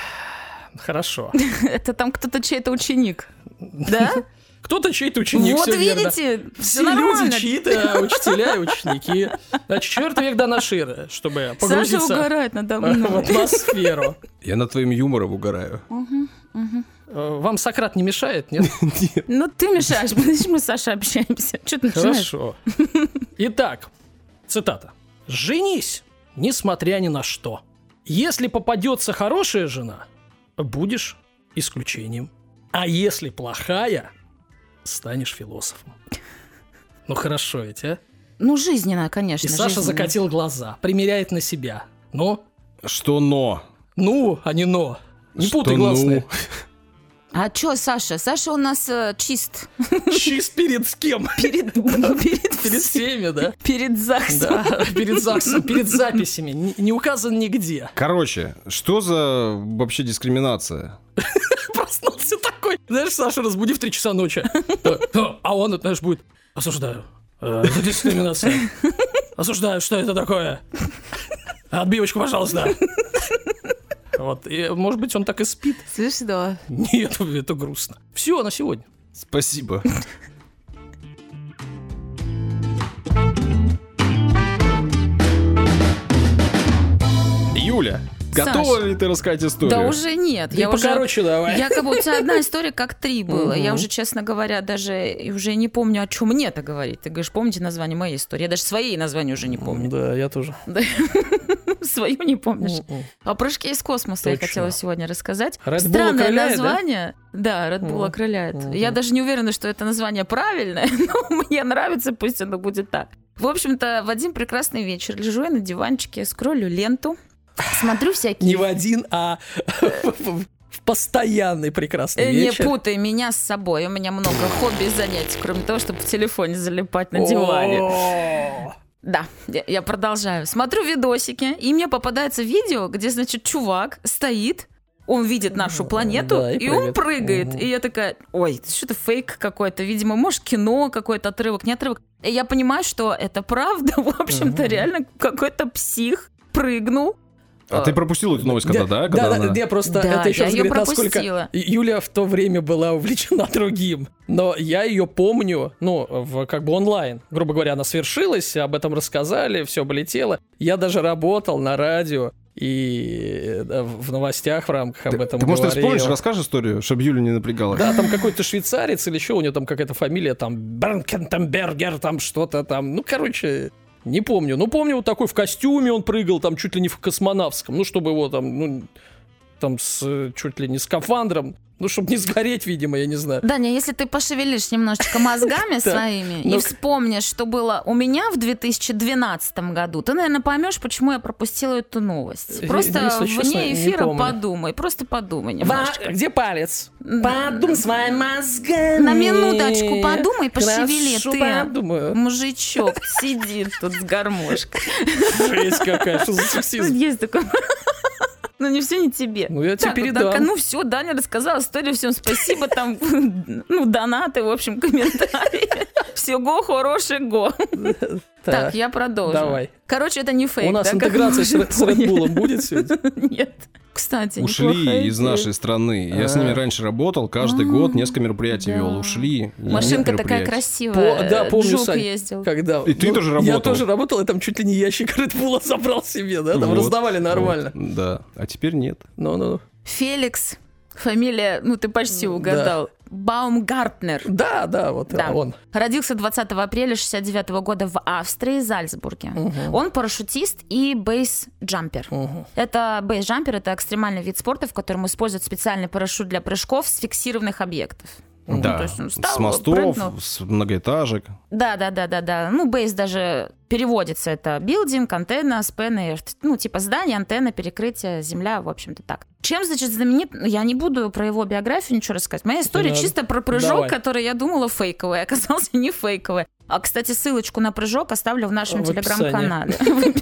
Хорошо. Это там кто-то чей-то ученик, да? Кто-то чей-то ученик. Вот все видите, верно. все Все нормально. люди чьи-то учителя и ученики. Значит, четвертый век до нашей эры, чтобы погрузиться Саша угорает надо в мной. атмосферу. Я над твоим юмором угораю. Угу, угу. Вам Сократ не мешает, нет? Нет. Ну ты мешаешь, подожди, мы с Сашей общаемся. Что ты начинаешь? Хорошо. Итак, цитата. «Женись, несмотря ни на что. Если попадется хорошая жена, будешь исключением. А если плохая, станешь философом». Ну хорошо ведь, а? Ну жизненно, конечно. И Саша жизненно. закатил глаза, примеряет на себя. Ну? Что но? Ну, а не но. Не Что путай гласные. ну? А чё, Саша? Саша у нас э, чист. Чист перед с кем? Перед, перед, Перед всеми, да? перед ЗАГСом. Да, перед ЗАГСом, перед записями. Не, не указан нигде. Короче, что за вообще дискриминация? Проснулся такой. Знаешь, Саша, разбуди в три часа ночи. А он, знаешь, будет: осуждаю. Э, Это дискриминация. Осуждаю, что это такое? Отбивочку, пожалуйста. Вот, и, может быть, он так и спит. Смешно. Нет, это грустно. Все, на сегодня. Спасибо. Юля, Готова Саш, ли ты рассказать историю? Да уже нет. Ты я покороче уже... давай. Я как бы, у тебя одна история как три было. Я уже, честно говоря, даже уже не помню, о чем мне-то говорить. Ты говоришь, помните название моей истории? Я даже своей названия уже не помню. Да, я тоже. Свою не помнишь. О прыжке из космоса я хотела сегодня рассказать. Red Bull Странное окрыляет, название. Да, Red Bull окрыляет. Я даже не уверена, что это название правильное, но мне нравится, пусть оно будет так. В общем-то, в один прекрасный вечер лежу я на диванчике, скроллю ленту, смотрю всякие... Не в один, а в постоянный прекрасный вечер. Не путай меня с собой, у меня много хобби и занятий, кроме того, чтобы в телефоне залипать на диване. Да, я продолжаю. Смотрю видосики, и мне попадается видео, где, значит, чувак стоит, он видит нашу планету, да, и, и он прыгает. Угу. И я такая, ой, что-то фейк какой-то, видимо, может, кино какой-то отрывок, не отрывок. И я понимаю, что это правда, в общем-то, угу. реально какой-то псих прыгнул. А ты пропустила эту новость когда, да? Когда да, она... да, я просто, да, это еще я раз говорит, насколько Юля в то время была увлечена другим. Но я ее помню, ну, в, как бы онлайн. Грубо говоря, она свершилась, об этом рассказали, все полетело. Я даже работал на радио и в новостях в рамках об этом ты, говорил. Ты, может, вспомнишь, расскажешь историю, чтобы Юля не напрягала? Да, там какой-то швейцарец или еще, у него там какая-то фамилия, там, Бернкентенбергер, там что-то там, ну, короче... Не помню. Ну, помню, вот такой в костюме он прыгал, там, чуть ли не в космонавтском. Ну, чтобы его там, ну, там, с, чуть ли не скафандром. Ну, чтобы не сгореть, видимо, я не знаю. Даня, если ты пошевелишь немножечко мозгами своими и вспомнишь, что было у меня в две тысячи двенадцатом году, ты, наверное, поймешь, почему я пропустила эту новость. Просто вне эфира подумай. Просто подумай немножечко. Где палец? Подумай своими мозгами. На минуточку подумай, пошевели. Ты, подумаю. Мужичок, сидит тут с гармошкой. Жесть какая, что за сексизм? Есть такой... Ну, не все не тебе. Ну, я так, тебе передам. Так, ну, все, Даня рассказал историю, всем спасибо, там, ну, донаты, в общем, комментарии. Всего хорошего. Так, я продолжу. Давай. Короче, это не фейк. У нас интеграция с Red Bull будет сегодня? Нет. Кстати, ушли из нашей страны. Я с ними раньше работал, каждый год несколько мероприятий вел. Ушли. Машинка такая красивая. Да, помню, Жук ездил. Когда... И ты тоже работал. Я тоже работал, и там чуть ли не ящик Red Bull забрал себе, да? Там раздавали нормально. Да, а теперь нет. Ну-ну. Феликс. Фамилия, ну ты почти угадал. Да. Баумгартнер. Да, да, вот да. он. Родился двадцатого апреля шестьдесят девятого года в Австрии, Зальцбурге. Угу. Он парашютист и бейс-джампер. Угу. Это бейс-джампер, это экстремальный вид спорта, в котором используют специальный парашют для прыжков с фиксированных объектов. Да, ну, то есть он встал, с мостов, прыгнул. С многоэтажек. Да, да, да, да, да. Ну, бейс даже переводится, это билдинг, антенна, спэн, ну, типа здание, антенна, перекрытие, земля, в общем-то так. Чем, значит, знаменит? Я не буду про его биографию ничего рассказать. Моя история да. чисто про прыжок, Давай. который я думала фейковый, оказался не фейковый. А, кстати, ссылочку на прыжок оставлю в нашем в телеграм-канале.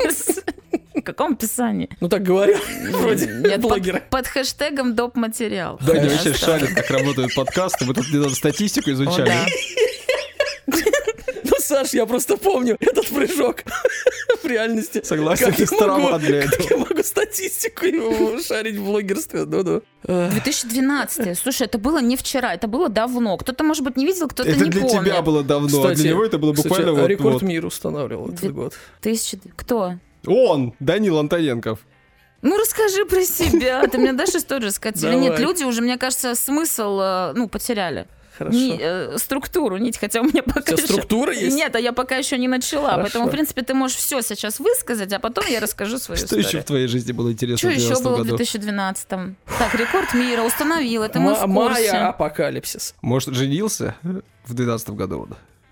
В каком описании? Ну так говорят, вроде Нет, блогеры. Под, под хэштегом доп. Материал. Да, они вообще шарят, как работают подкасты. Мы тут недавно статистику изучали. О, да. Ну, Саш, я просто помню этот прыжок в реальности. Согласен, ты староват для этого. Как я могу статистику шарить в блогерстве? Ну-ну. две тысячи двенадцатый. Слушай, это было не вчера, это было давно. Кто-то, может быть, не видел, кто-то это не помнит. Это для тебя было давно, кстати, а для него это было буквально кстати, вот... рекорд вот. мира устанавливал этот год. Тысячи... Кто? Он, Данил Антоненков. Ну, расскажи про себя. Ты мне дашь историю рассказать? Или нет? Люди уже, мне кажется, смысл, ну, потеряли. Хорошо. Ни, э, структуру, нить, хотя у меня пока еще... структура есть? Нет, а я пока еще не начала. Хорошо. Поэтому, в принципе, ты можешь все сейчас высказать, а потом я расскажу свою Что историю. Что еще в твоей жизни было интересно Что в еще было году? в две тысячи двенадцатом? Так, рекорд мира установил, это мы в курсе. Майя апокалипсис. Может, женился в двенадцатом году?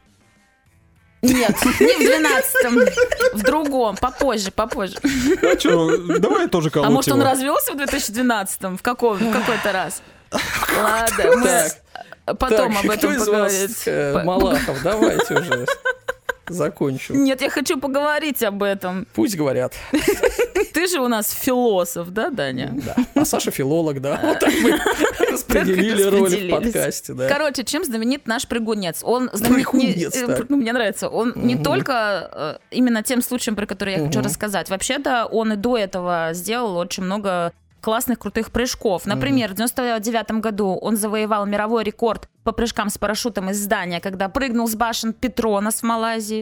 Нет, не в двенадцатом, в другом, попозже, попозже. А что, давай тоже колоть А может, его. он развелся в две тысячи двенадцатом, в, каком, в какой-то раз? Ладно, мы потом так, об этом кто поговорим. Из вас, э, Малахов, давайте уже закончим. Нет, я хочу поговорить об этом. Пусть говорят. Ты же у нас философ, да, Даня? Да. А Саша филолог, да. Вот так мы распределили роли в подкасте, да. Короче, чем знаменит наш прыгунец? Он знаменит не... Ну, мне нравится. Он не только именно тем случаем, про который я хочу рассказать. Вообще-то он и до этого сделал очень много классных, крутых прыжков. Например, в девяносто девятом году он завоевал мировой рекорд по прыжкам с парашютом из здания, когда прыгнул с башен Петронас в Малайзии.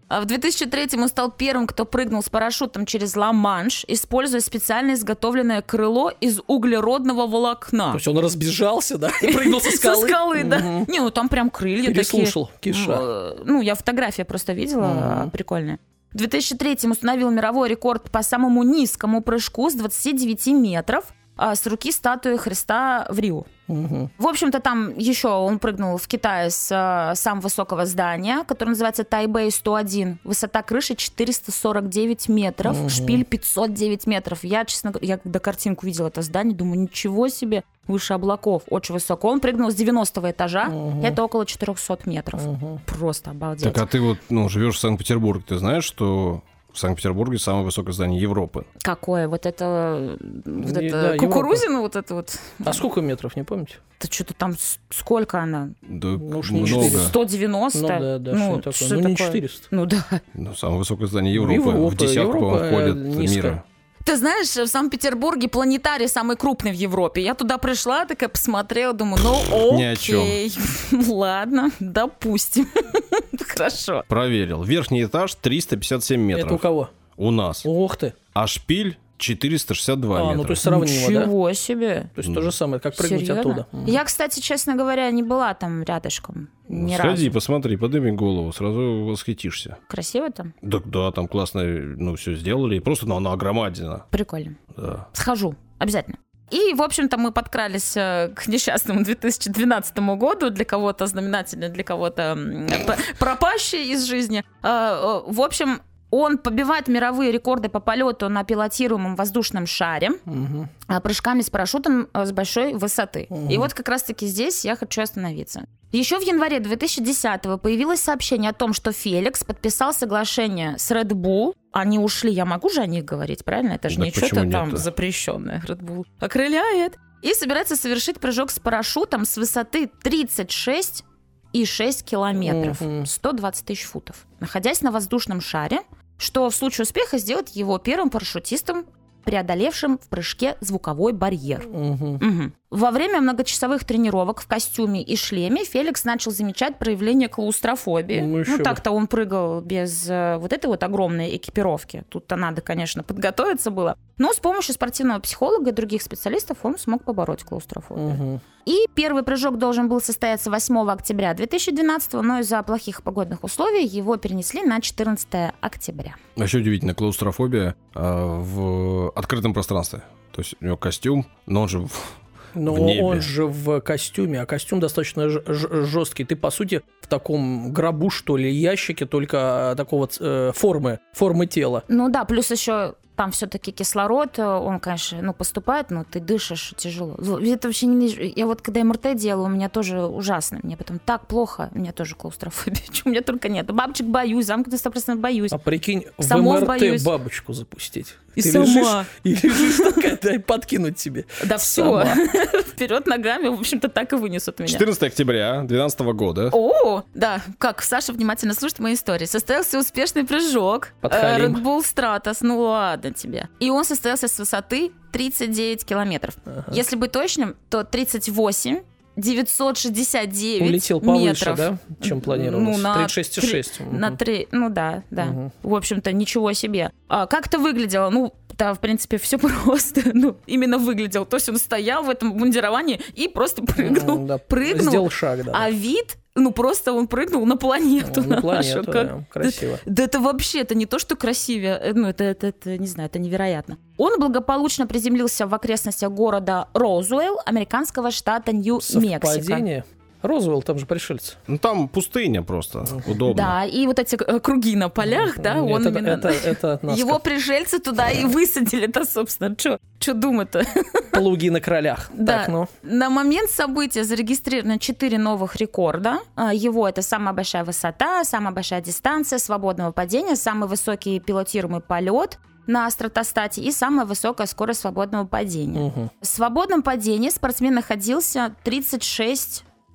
А в две тысячи третьем он стал первым, кто прыгнул с парашютом через Ла-Манш, используя специально изготовленное крыло из углеродного волокна. То есть он разбежался, да, и прыгнул со скалы? Со скалы, да. Не, ну там прям крылья такие. Переслушал Киша. Ну, я фотографии просто видела, прикольные. В две тысячи третьем установил мировой рекорд по самому низкому прыжку с двадцати девяти метров с руки статуи Христа в Рио. Угу. В общем-то, там еще он прыгнул в Китае с а, самого высокого здания, которое называется Тайбэй сто один. Высота крыши четыреста сорок девять метров, угу. Шпиль пятьсот девять метров. Я, честно говоря, я когда картинку видела это здание, думаю, ничего себе, выше облаков, очень высоко. Он прыгнул с девяностого этажа, угу. Это около четырехсот метров. Угу. Просто обалдеть. Так, а ты вот, ну, живешь в Санкт-Петербурге, ты знаешь, что в Санкт-Петербурге самое высокое здание Европы? Какое? Вот это, вот Не, это да, кукурузина, вот это вот. А сколько метров, не помните? Да что-то там, сколько она? Да, ну, много. сто девяносто? Ну да, да, ну, что что такое? Ну, не такое? четыреста. Ну да. Ну, самое высокое здание Европы. Европа, в десятку Европа, входит низкая. мира. Ты знаешь, в Санкт-Петербурге планетарий самый крупный в Европе. Я туда пришла, такая посмотрела, думаю, ну Ни о окей, ладно, допустим. Хорошо. Проверил. Верхний этаж триста пятьдесят семь метров. Это у кого? У нас. Ух ты. А шпиль четыреста шестьдесят два А, метра. ну то есть сравнимо, да? Ничего себе. То есть то же самое, как прыгнуть Серьезно? оттуда. Я, кстати, честно говоря, не была там рядышком. Ну, Ни сходи, разу. посмотри, подними голову, сразу восхитишься. Красиво там? Да, да, там классно, ну, все сделали. Просто ну, она громадина. Прикольно. Да. Схожу, обязательно. И, в общем-то, мы подкрались э, к несчастному две тысячи двенадцатому году, для кого-то знаменательный, для кого-то э, пропащий из жизни. Э, э, в общем, он побивает мировые рекорды по полету на пилотируемом воздушном шаре, угу. прыжками с парашютом с большой высоты. Угу. И вот как раз-таки здесь я хочу остановиться. Еще в январе две тысячи десятого появилось сообщение о том, что Феликс подписал соглашение с Red Bull. Они ушли, я могу же о них говорить, правильно? Это же да не что-то там нет-то? запрещенное. Red Bull окрыляет. И собирается совершить прыжок с парашютом с высоты тридцать шесть и шесть километров, угу. сто двадцать тысяч футов, находясь на воздушном шаре, что в случае успеха сделает его первым парашютистом, преодолевшим в прыжке звуковой барьер. Угу. Угу. Во время многочасовых тренировок в костюме и шлеме Феликс начал замечать проявление клаустрофобии. Ну, ну так-то он прыгал без э, вот этой вот огромной экипировки. Тут-то надо, конечно, подготовиться было. Но с помощью спортивного психолога и других специалистов он смог побороть клаустрофобию. Угу. И первый прыжок должен был состояться восьмого октября две тысячи двенадцатого, но из-за плохих погодных условий его перенесли на четырнадцатое октября. Еще удивительно, клаустрофобия э, в открытом пространстве. То есть у него костюм, но он же... Но он же в костюме, а костюм достаточно ж- ж- жесткий. Ты, по сути, в таком гробу, что ли, ящике, только такого э, формы, формы тела. Ну да, плюс еще там все-таки кислород, он, конечно, ну, поступает, но ты дышишь тяжело. Это вообще не... Я вот когда эм эр тэ делала, у меня тоже ужасно. Мне потом так плохо, у меня тоже клаустрофобия. Чего у меня только нет. Бабочек боюсь, замкнутых сто процентов боюсь. А прикинь, Самов в эм эр тэ боюсь. бабочку запустить. И ты сама. Лежишь, и лежишь такая, дай подкинуть тебе. Да все. Вперед ногами, в общем-то, так и вынесут меня. четырнадцатого октября две тысячи двенадцатого года. О, да, как Саша внимательно слушает мои истории. Состоялся успешный прыжок. Подхалим. Red Bull Stratos, ну ладно тебе. И он состоялся с высоты тридцать девять километров. Ага. Если быть точным, то тридцать восемь девятьсот шестьдесят девять Улетел повыше, метров. Да, чем планировалось? Ну, на тридцать шесть и шесть. Угу. На три, ну да, да. Угу. В общем-то, ничего себе. А как это выглядело? Ну, да, в принципе, все просто. Ну, именно выглядел. То есть он стоял в этом мундировании и просто прыгнул. Ну, да. Прыгнул. Сделал шаг, да. А вид... Ну, просто он прыгнул на планету ну, на нашу. планету, как... да, красиво. Да, да это вообще, это не то, что красивее, ну, это, это, это, не знаю, это невероятно. Он благополучно приземлился в окрестностях города Розуэлл, американского штата Нью-Мексико. Совпадение? Розуэлл, там же пришельцы. Ну, там пустыня просто, удобно. Да, и вот эти э, круги на полях, да, Нет, он это, именно... Это, это от нас Его как... пришельцы туда и высадили-то, собственно. Что думать-то? Плуги на кролях. Да. Так, ну. На момент события зарегистрировано четыре новых рекорда. Его это самая большая высота, самая большая дистанция свободного падения, самый высокий пилотируемый полет на стратостате и самая высокая скорость свободного падения. Угу. В свободном падении спортсмен находился тридцать шесть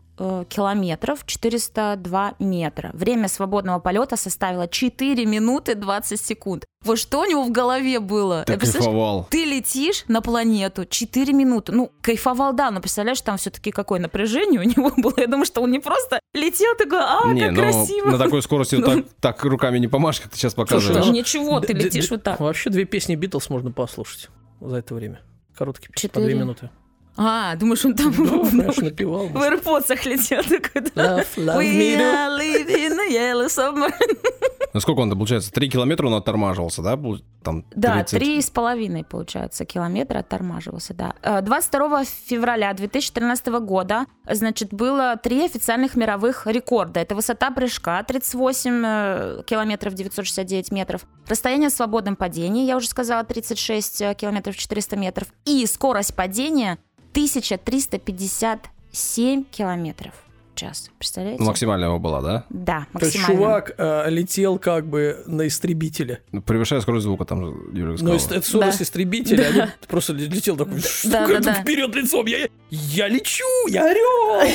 э, километров четыреста два метра. Время свободного полета составило четыре минуты двадцать секунд. Вот что у него в голове было? Ты кайфовал. Ты летишь на планету четыре минуты. Ну, кайфовал, да, но представляешь, там все-таки какое напряжение у него было. Я думаю, что он не просто летел такой, а, не, как ну, красиво. На такой скорости Ну. так, так руками не помашешь, как ты сейчас показываешь. Слушай, Ничего, ты Д- летишь д- вот так. Вообще две песни Битлз можно послушать за это время. Короткие песни, по Четыре. две минуты. А, думаешь, он там Да, в конечно, напевал. в AirPods летел такой, да? Love, love We me do. are living in a yellow submarine. Ну сколько он, получается, три километра он оттормаживался, да? Там Да, тридцать. три с половиной, получается, километра оттормаживался, да. Э, двадцать второго февраля две тысячи тринадцатого года, значит, было три официальных мировых рекорда. Это высота прыжка тридцать восемь э, километров девятьсот шестьдесят девять метров, расстояние в свободном падении, я уже сказала, тридцать шесть километров четыреста метров, и скорость падения тысяча триста пятьдесят семь километров в час. Представляете? Ну, максимальная его была, да? Да, То есть максимально. чувак э, летел как бы на истребителе. Ну, превышая скорость звука, там же Юрий Ну, сказал. это это скорость Да. истребителя, Да. они просто летел такой, Да, да, да. вперед лицом, я, я лечу, я орел,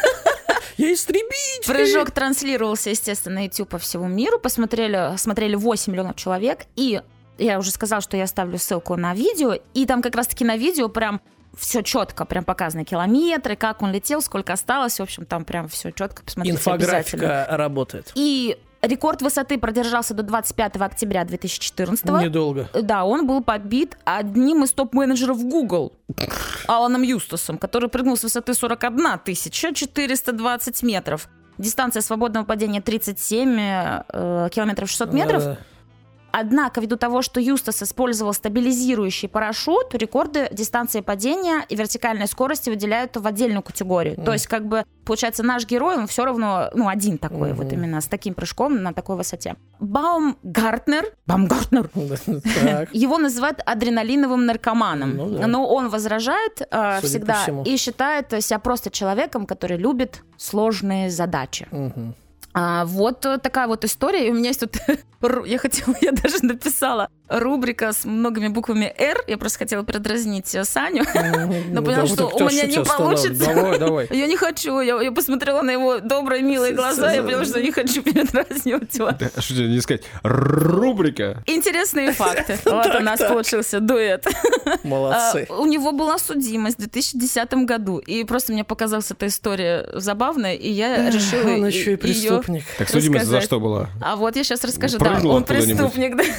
я истребитель. Прыжок транслировался, естественно, на YouTube по всему миру. Посмотрели, смотрели восемь миллионов человек. И я уже сказала, что я оставлю ссылку на видео. И там как раз-таки на видео прям все четко, прям показаны километры, как он летел, сколько осталось. В общем, там прям все четко. Посмотрите обязательно. Инфографика работает. И рекорд высоты продержался до двадцать пятого октября две тысячи четырнадцатого. Недолго. Да, он был побит одним из топ-менеджеров Google, Аланом Юстасом, который прыгнул с высоты сорок одна тысяча четыреста двадцать метров. Дистанция свободного падения тридцать семь э, километров шестьсот метров. Да. Однако, ввиду того, что Юстас использовал стабилизирующий парашют, рекорды дистанции падения и вертикальной скорости выделяют в отдельную категорию. Mm. То есть, как бы, получается, наш герой, он все равно, ну, один такой, Mm-hmm. вот именно с таким прыжком на такой высоте. Баумгартнер, Баумгартнер, Так. его называют адреналиновым наркоманом. Ну да. Но он возражает э, Судя по всегда всему. и считает себя просто человеком, который любит сложные задачи. Мгм. А, вот э, такая вот история. И у меня есть тут... ру- Я хотела, я даже написала рубрика с многими буквами «Р». Я просто хотела передразнить э, Саню. Ну, поняла, да, что вот у так меня что не тебя останавливает? получится. Давай, давай. Я не хочу. Я, я посмотрела на его добрые, милые глаза. Я поняла, что не хочу передразнивать его. Да, что тебе не сказать? Рубрика. Интересные факты. Вот у нас получился дуэт. Молодцы. А, у него была судимость в две тысячи десятом году. И просто мне показалась эта история забавной, и я решила Он и- еще и её- преступник. Так судимость за рассказать. что была? А вот я сейчас расскажу. Ну, Да, прыгнул он откуда-нибудь. преступник, да.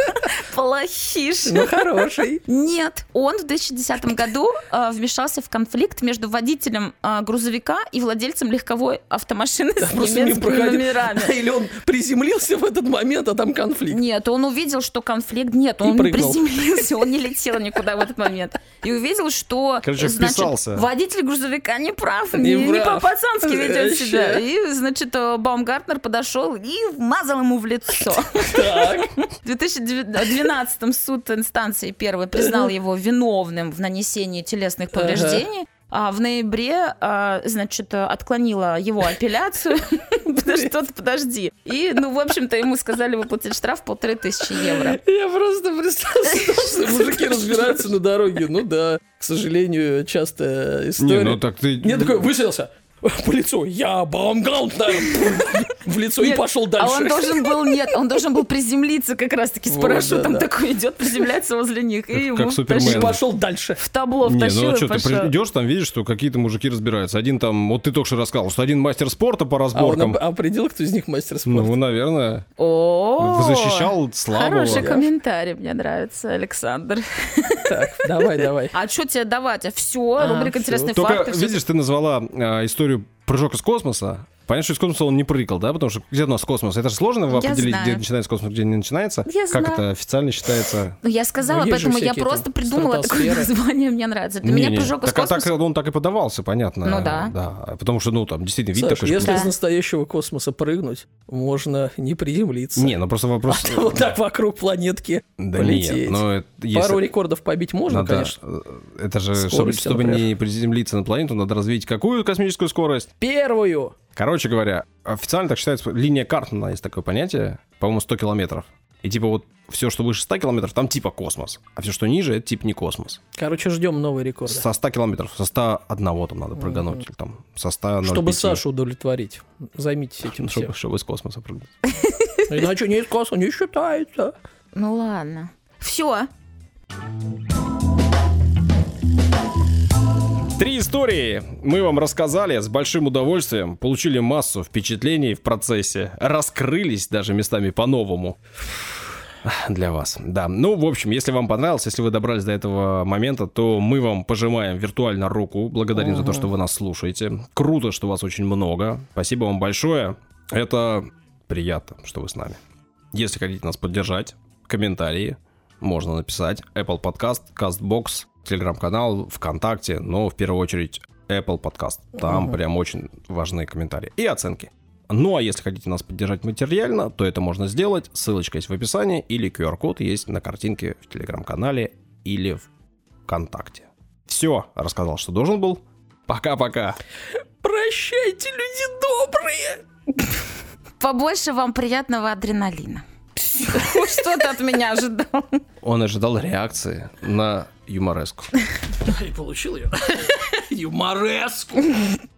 Плохиш. Ну, хороший. Нет, он в две тысячи десятом году э, вмешался в конфликт между водителем э, грузовика и владельцем легковой автомашины с Просто не немецкими проходил. номерами. Или он приземлился в этот момент, а там конфликт. Нет, он увидел, что конфликт... Нет, И он не прыгнул. приземлился, он не летел никуда в этот момент. И увидел, что, Короче, значит, вписался. водитель грузовика не прав, Не не, не прав. по-пацански ведет Вообще. себя. И, значит, э, Баумгартнер подошел и вмазал ему в лицо. Так. В две тысячи двенадцатом суд инстанции первый признал его виновным в нанесении телесных повреждений. А в ноябре, а, значит, отклонила его апелляцию. Подожди, тот, подожди. И, ну, в общем-то, ему сказали выплатить штраф полторы тысячи евро. Я просто представил, что мужики разбираются на дороге. Ну да, к сожалению, частая история. Не, ну так ты... Не, такой высадился по лицу. Я Баумгартнер. В лицо и Нет, пошел А дальше. он должен был, нет, он должен был приземлиться как раз-таки с Вот, парашютом, да, да. такой идет, приземляется возле них. И ему как Супермен. И втащил. пошел дальше. В табло Не, втащил ну и что, ты пошел. идешь, там видишь, что какие-то мужики разбираются. Один там, вот ты только что рассказал, что один мастер спорта по А он разборкам. оп- определил, кто из них мастер спорта. Ну, наверное, О, защищал слабого. Хороший комментарий, мне нравится, Александр. Так, давай, давай. А что тебе давать? А все, А, рубрика всё. «Интересные Только, факты». всё. видишь, ты назвала а, историю прыжок из космоса. Понятно, что из космоса он не прыгал, да? Потому что где у нас космос? Это же сложно Я определить, знаю. где начинается космос, где не начинается. Я как знаю. это официально считается? Ну, я сказала, Ну, есть же поэтому я всякие просто там придумала такое стратосферы. название, мне нравится. Для меня Не-не, прыжок из так, а так космоса... он так и подавался, понятно. Ну да. да. Потому что, ну, там действительно вид Саш, такой. если что- Да. из настоящего космоса прыгнуть, можно не приземлиться. Не, ну просто вопрос... А вот так вокруг планетки Да полететь. нет, ну это... если- Пару рекордов побить можно, надо, конечно. э, Это же, чтобы, Скорости, чтобы например. не приземлиться на планету, надо развить какую космическую скорость? Первую. Короче говоря, официально так считается, линия Картмана есть такое понятие, по-моему, сто километров. И типа вот все, что выше ста километров, там типа космос. А все, что ниже, это типа не космос. Короче, ждем новый рекорд. Со ста километров, со ста одного там надо прыгануть. Mm-hmm. Или там со ста ноль пять. Чтобы Сашу удовлетворить. Займитесь этим чтобы, всем. чтобы из космоса прыгнуть. Иначе не из космоса не считается. Ну ладно. Все. Три истории мы вам рассказали с большим удовольствием, получили массу впечатлений в процессе, раскрылись даже местами по-новому для вас. Да, ну, в общем, если вам понравилось, если вы добрались до этого момента, то мы вам пожимаем виртуально руку, благодарим uh-huh. за то, что вы нас слушаете. Круто, что вас очень много. Спасибо вам большое. Это приятно, что вы с нами. Если хотите нас поддержать, комментарии можно написать. Apple Podcast, CastBox, Телеграм-канал, ВКонтакте, но в первую очередь Apple Podcast. Там uh-huh. прям очень важные комментарии и оценки. Ну, а если хотите нас поддержать материально, то это можно сделать. Ссылочка есть в описании или ку ар-код есть на картинке в Телеграм-канале или в ВКонтакте. Все, рассказал, что должен был. Пока-пока. Прощайте, люди добрые. Побольше вам приятного адреналина. Что ты от меня ожидал? Он ожидал реакции на юмореску. И получил ее. Юмореску.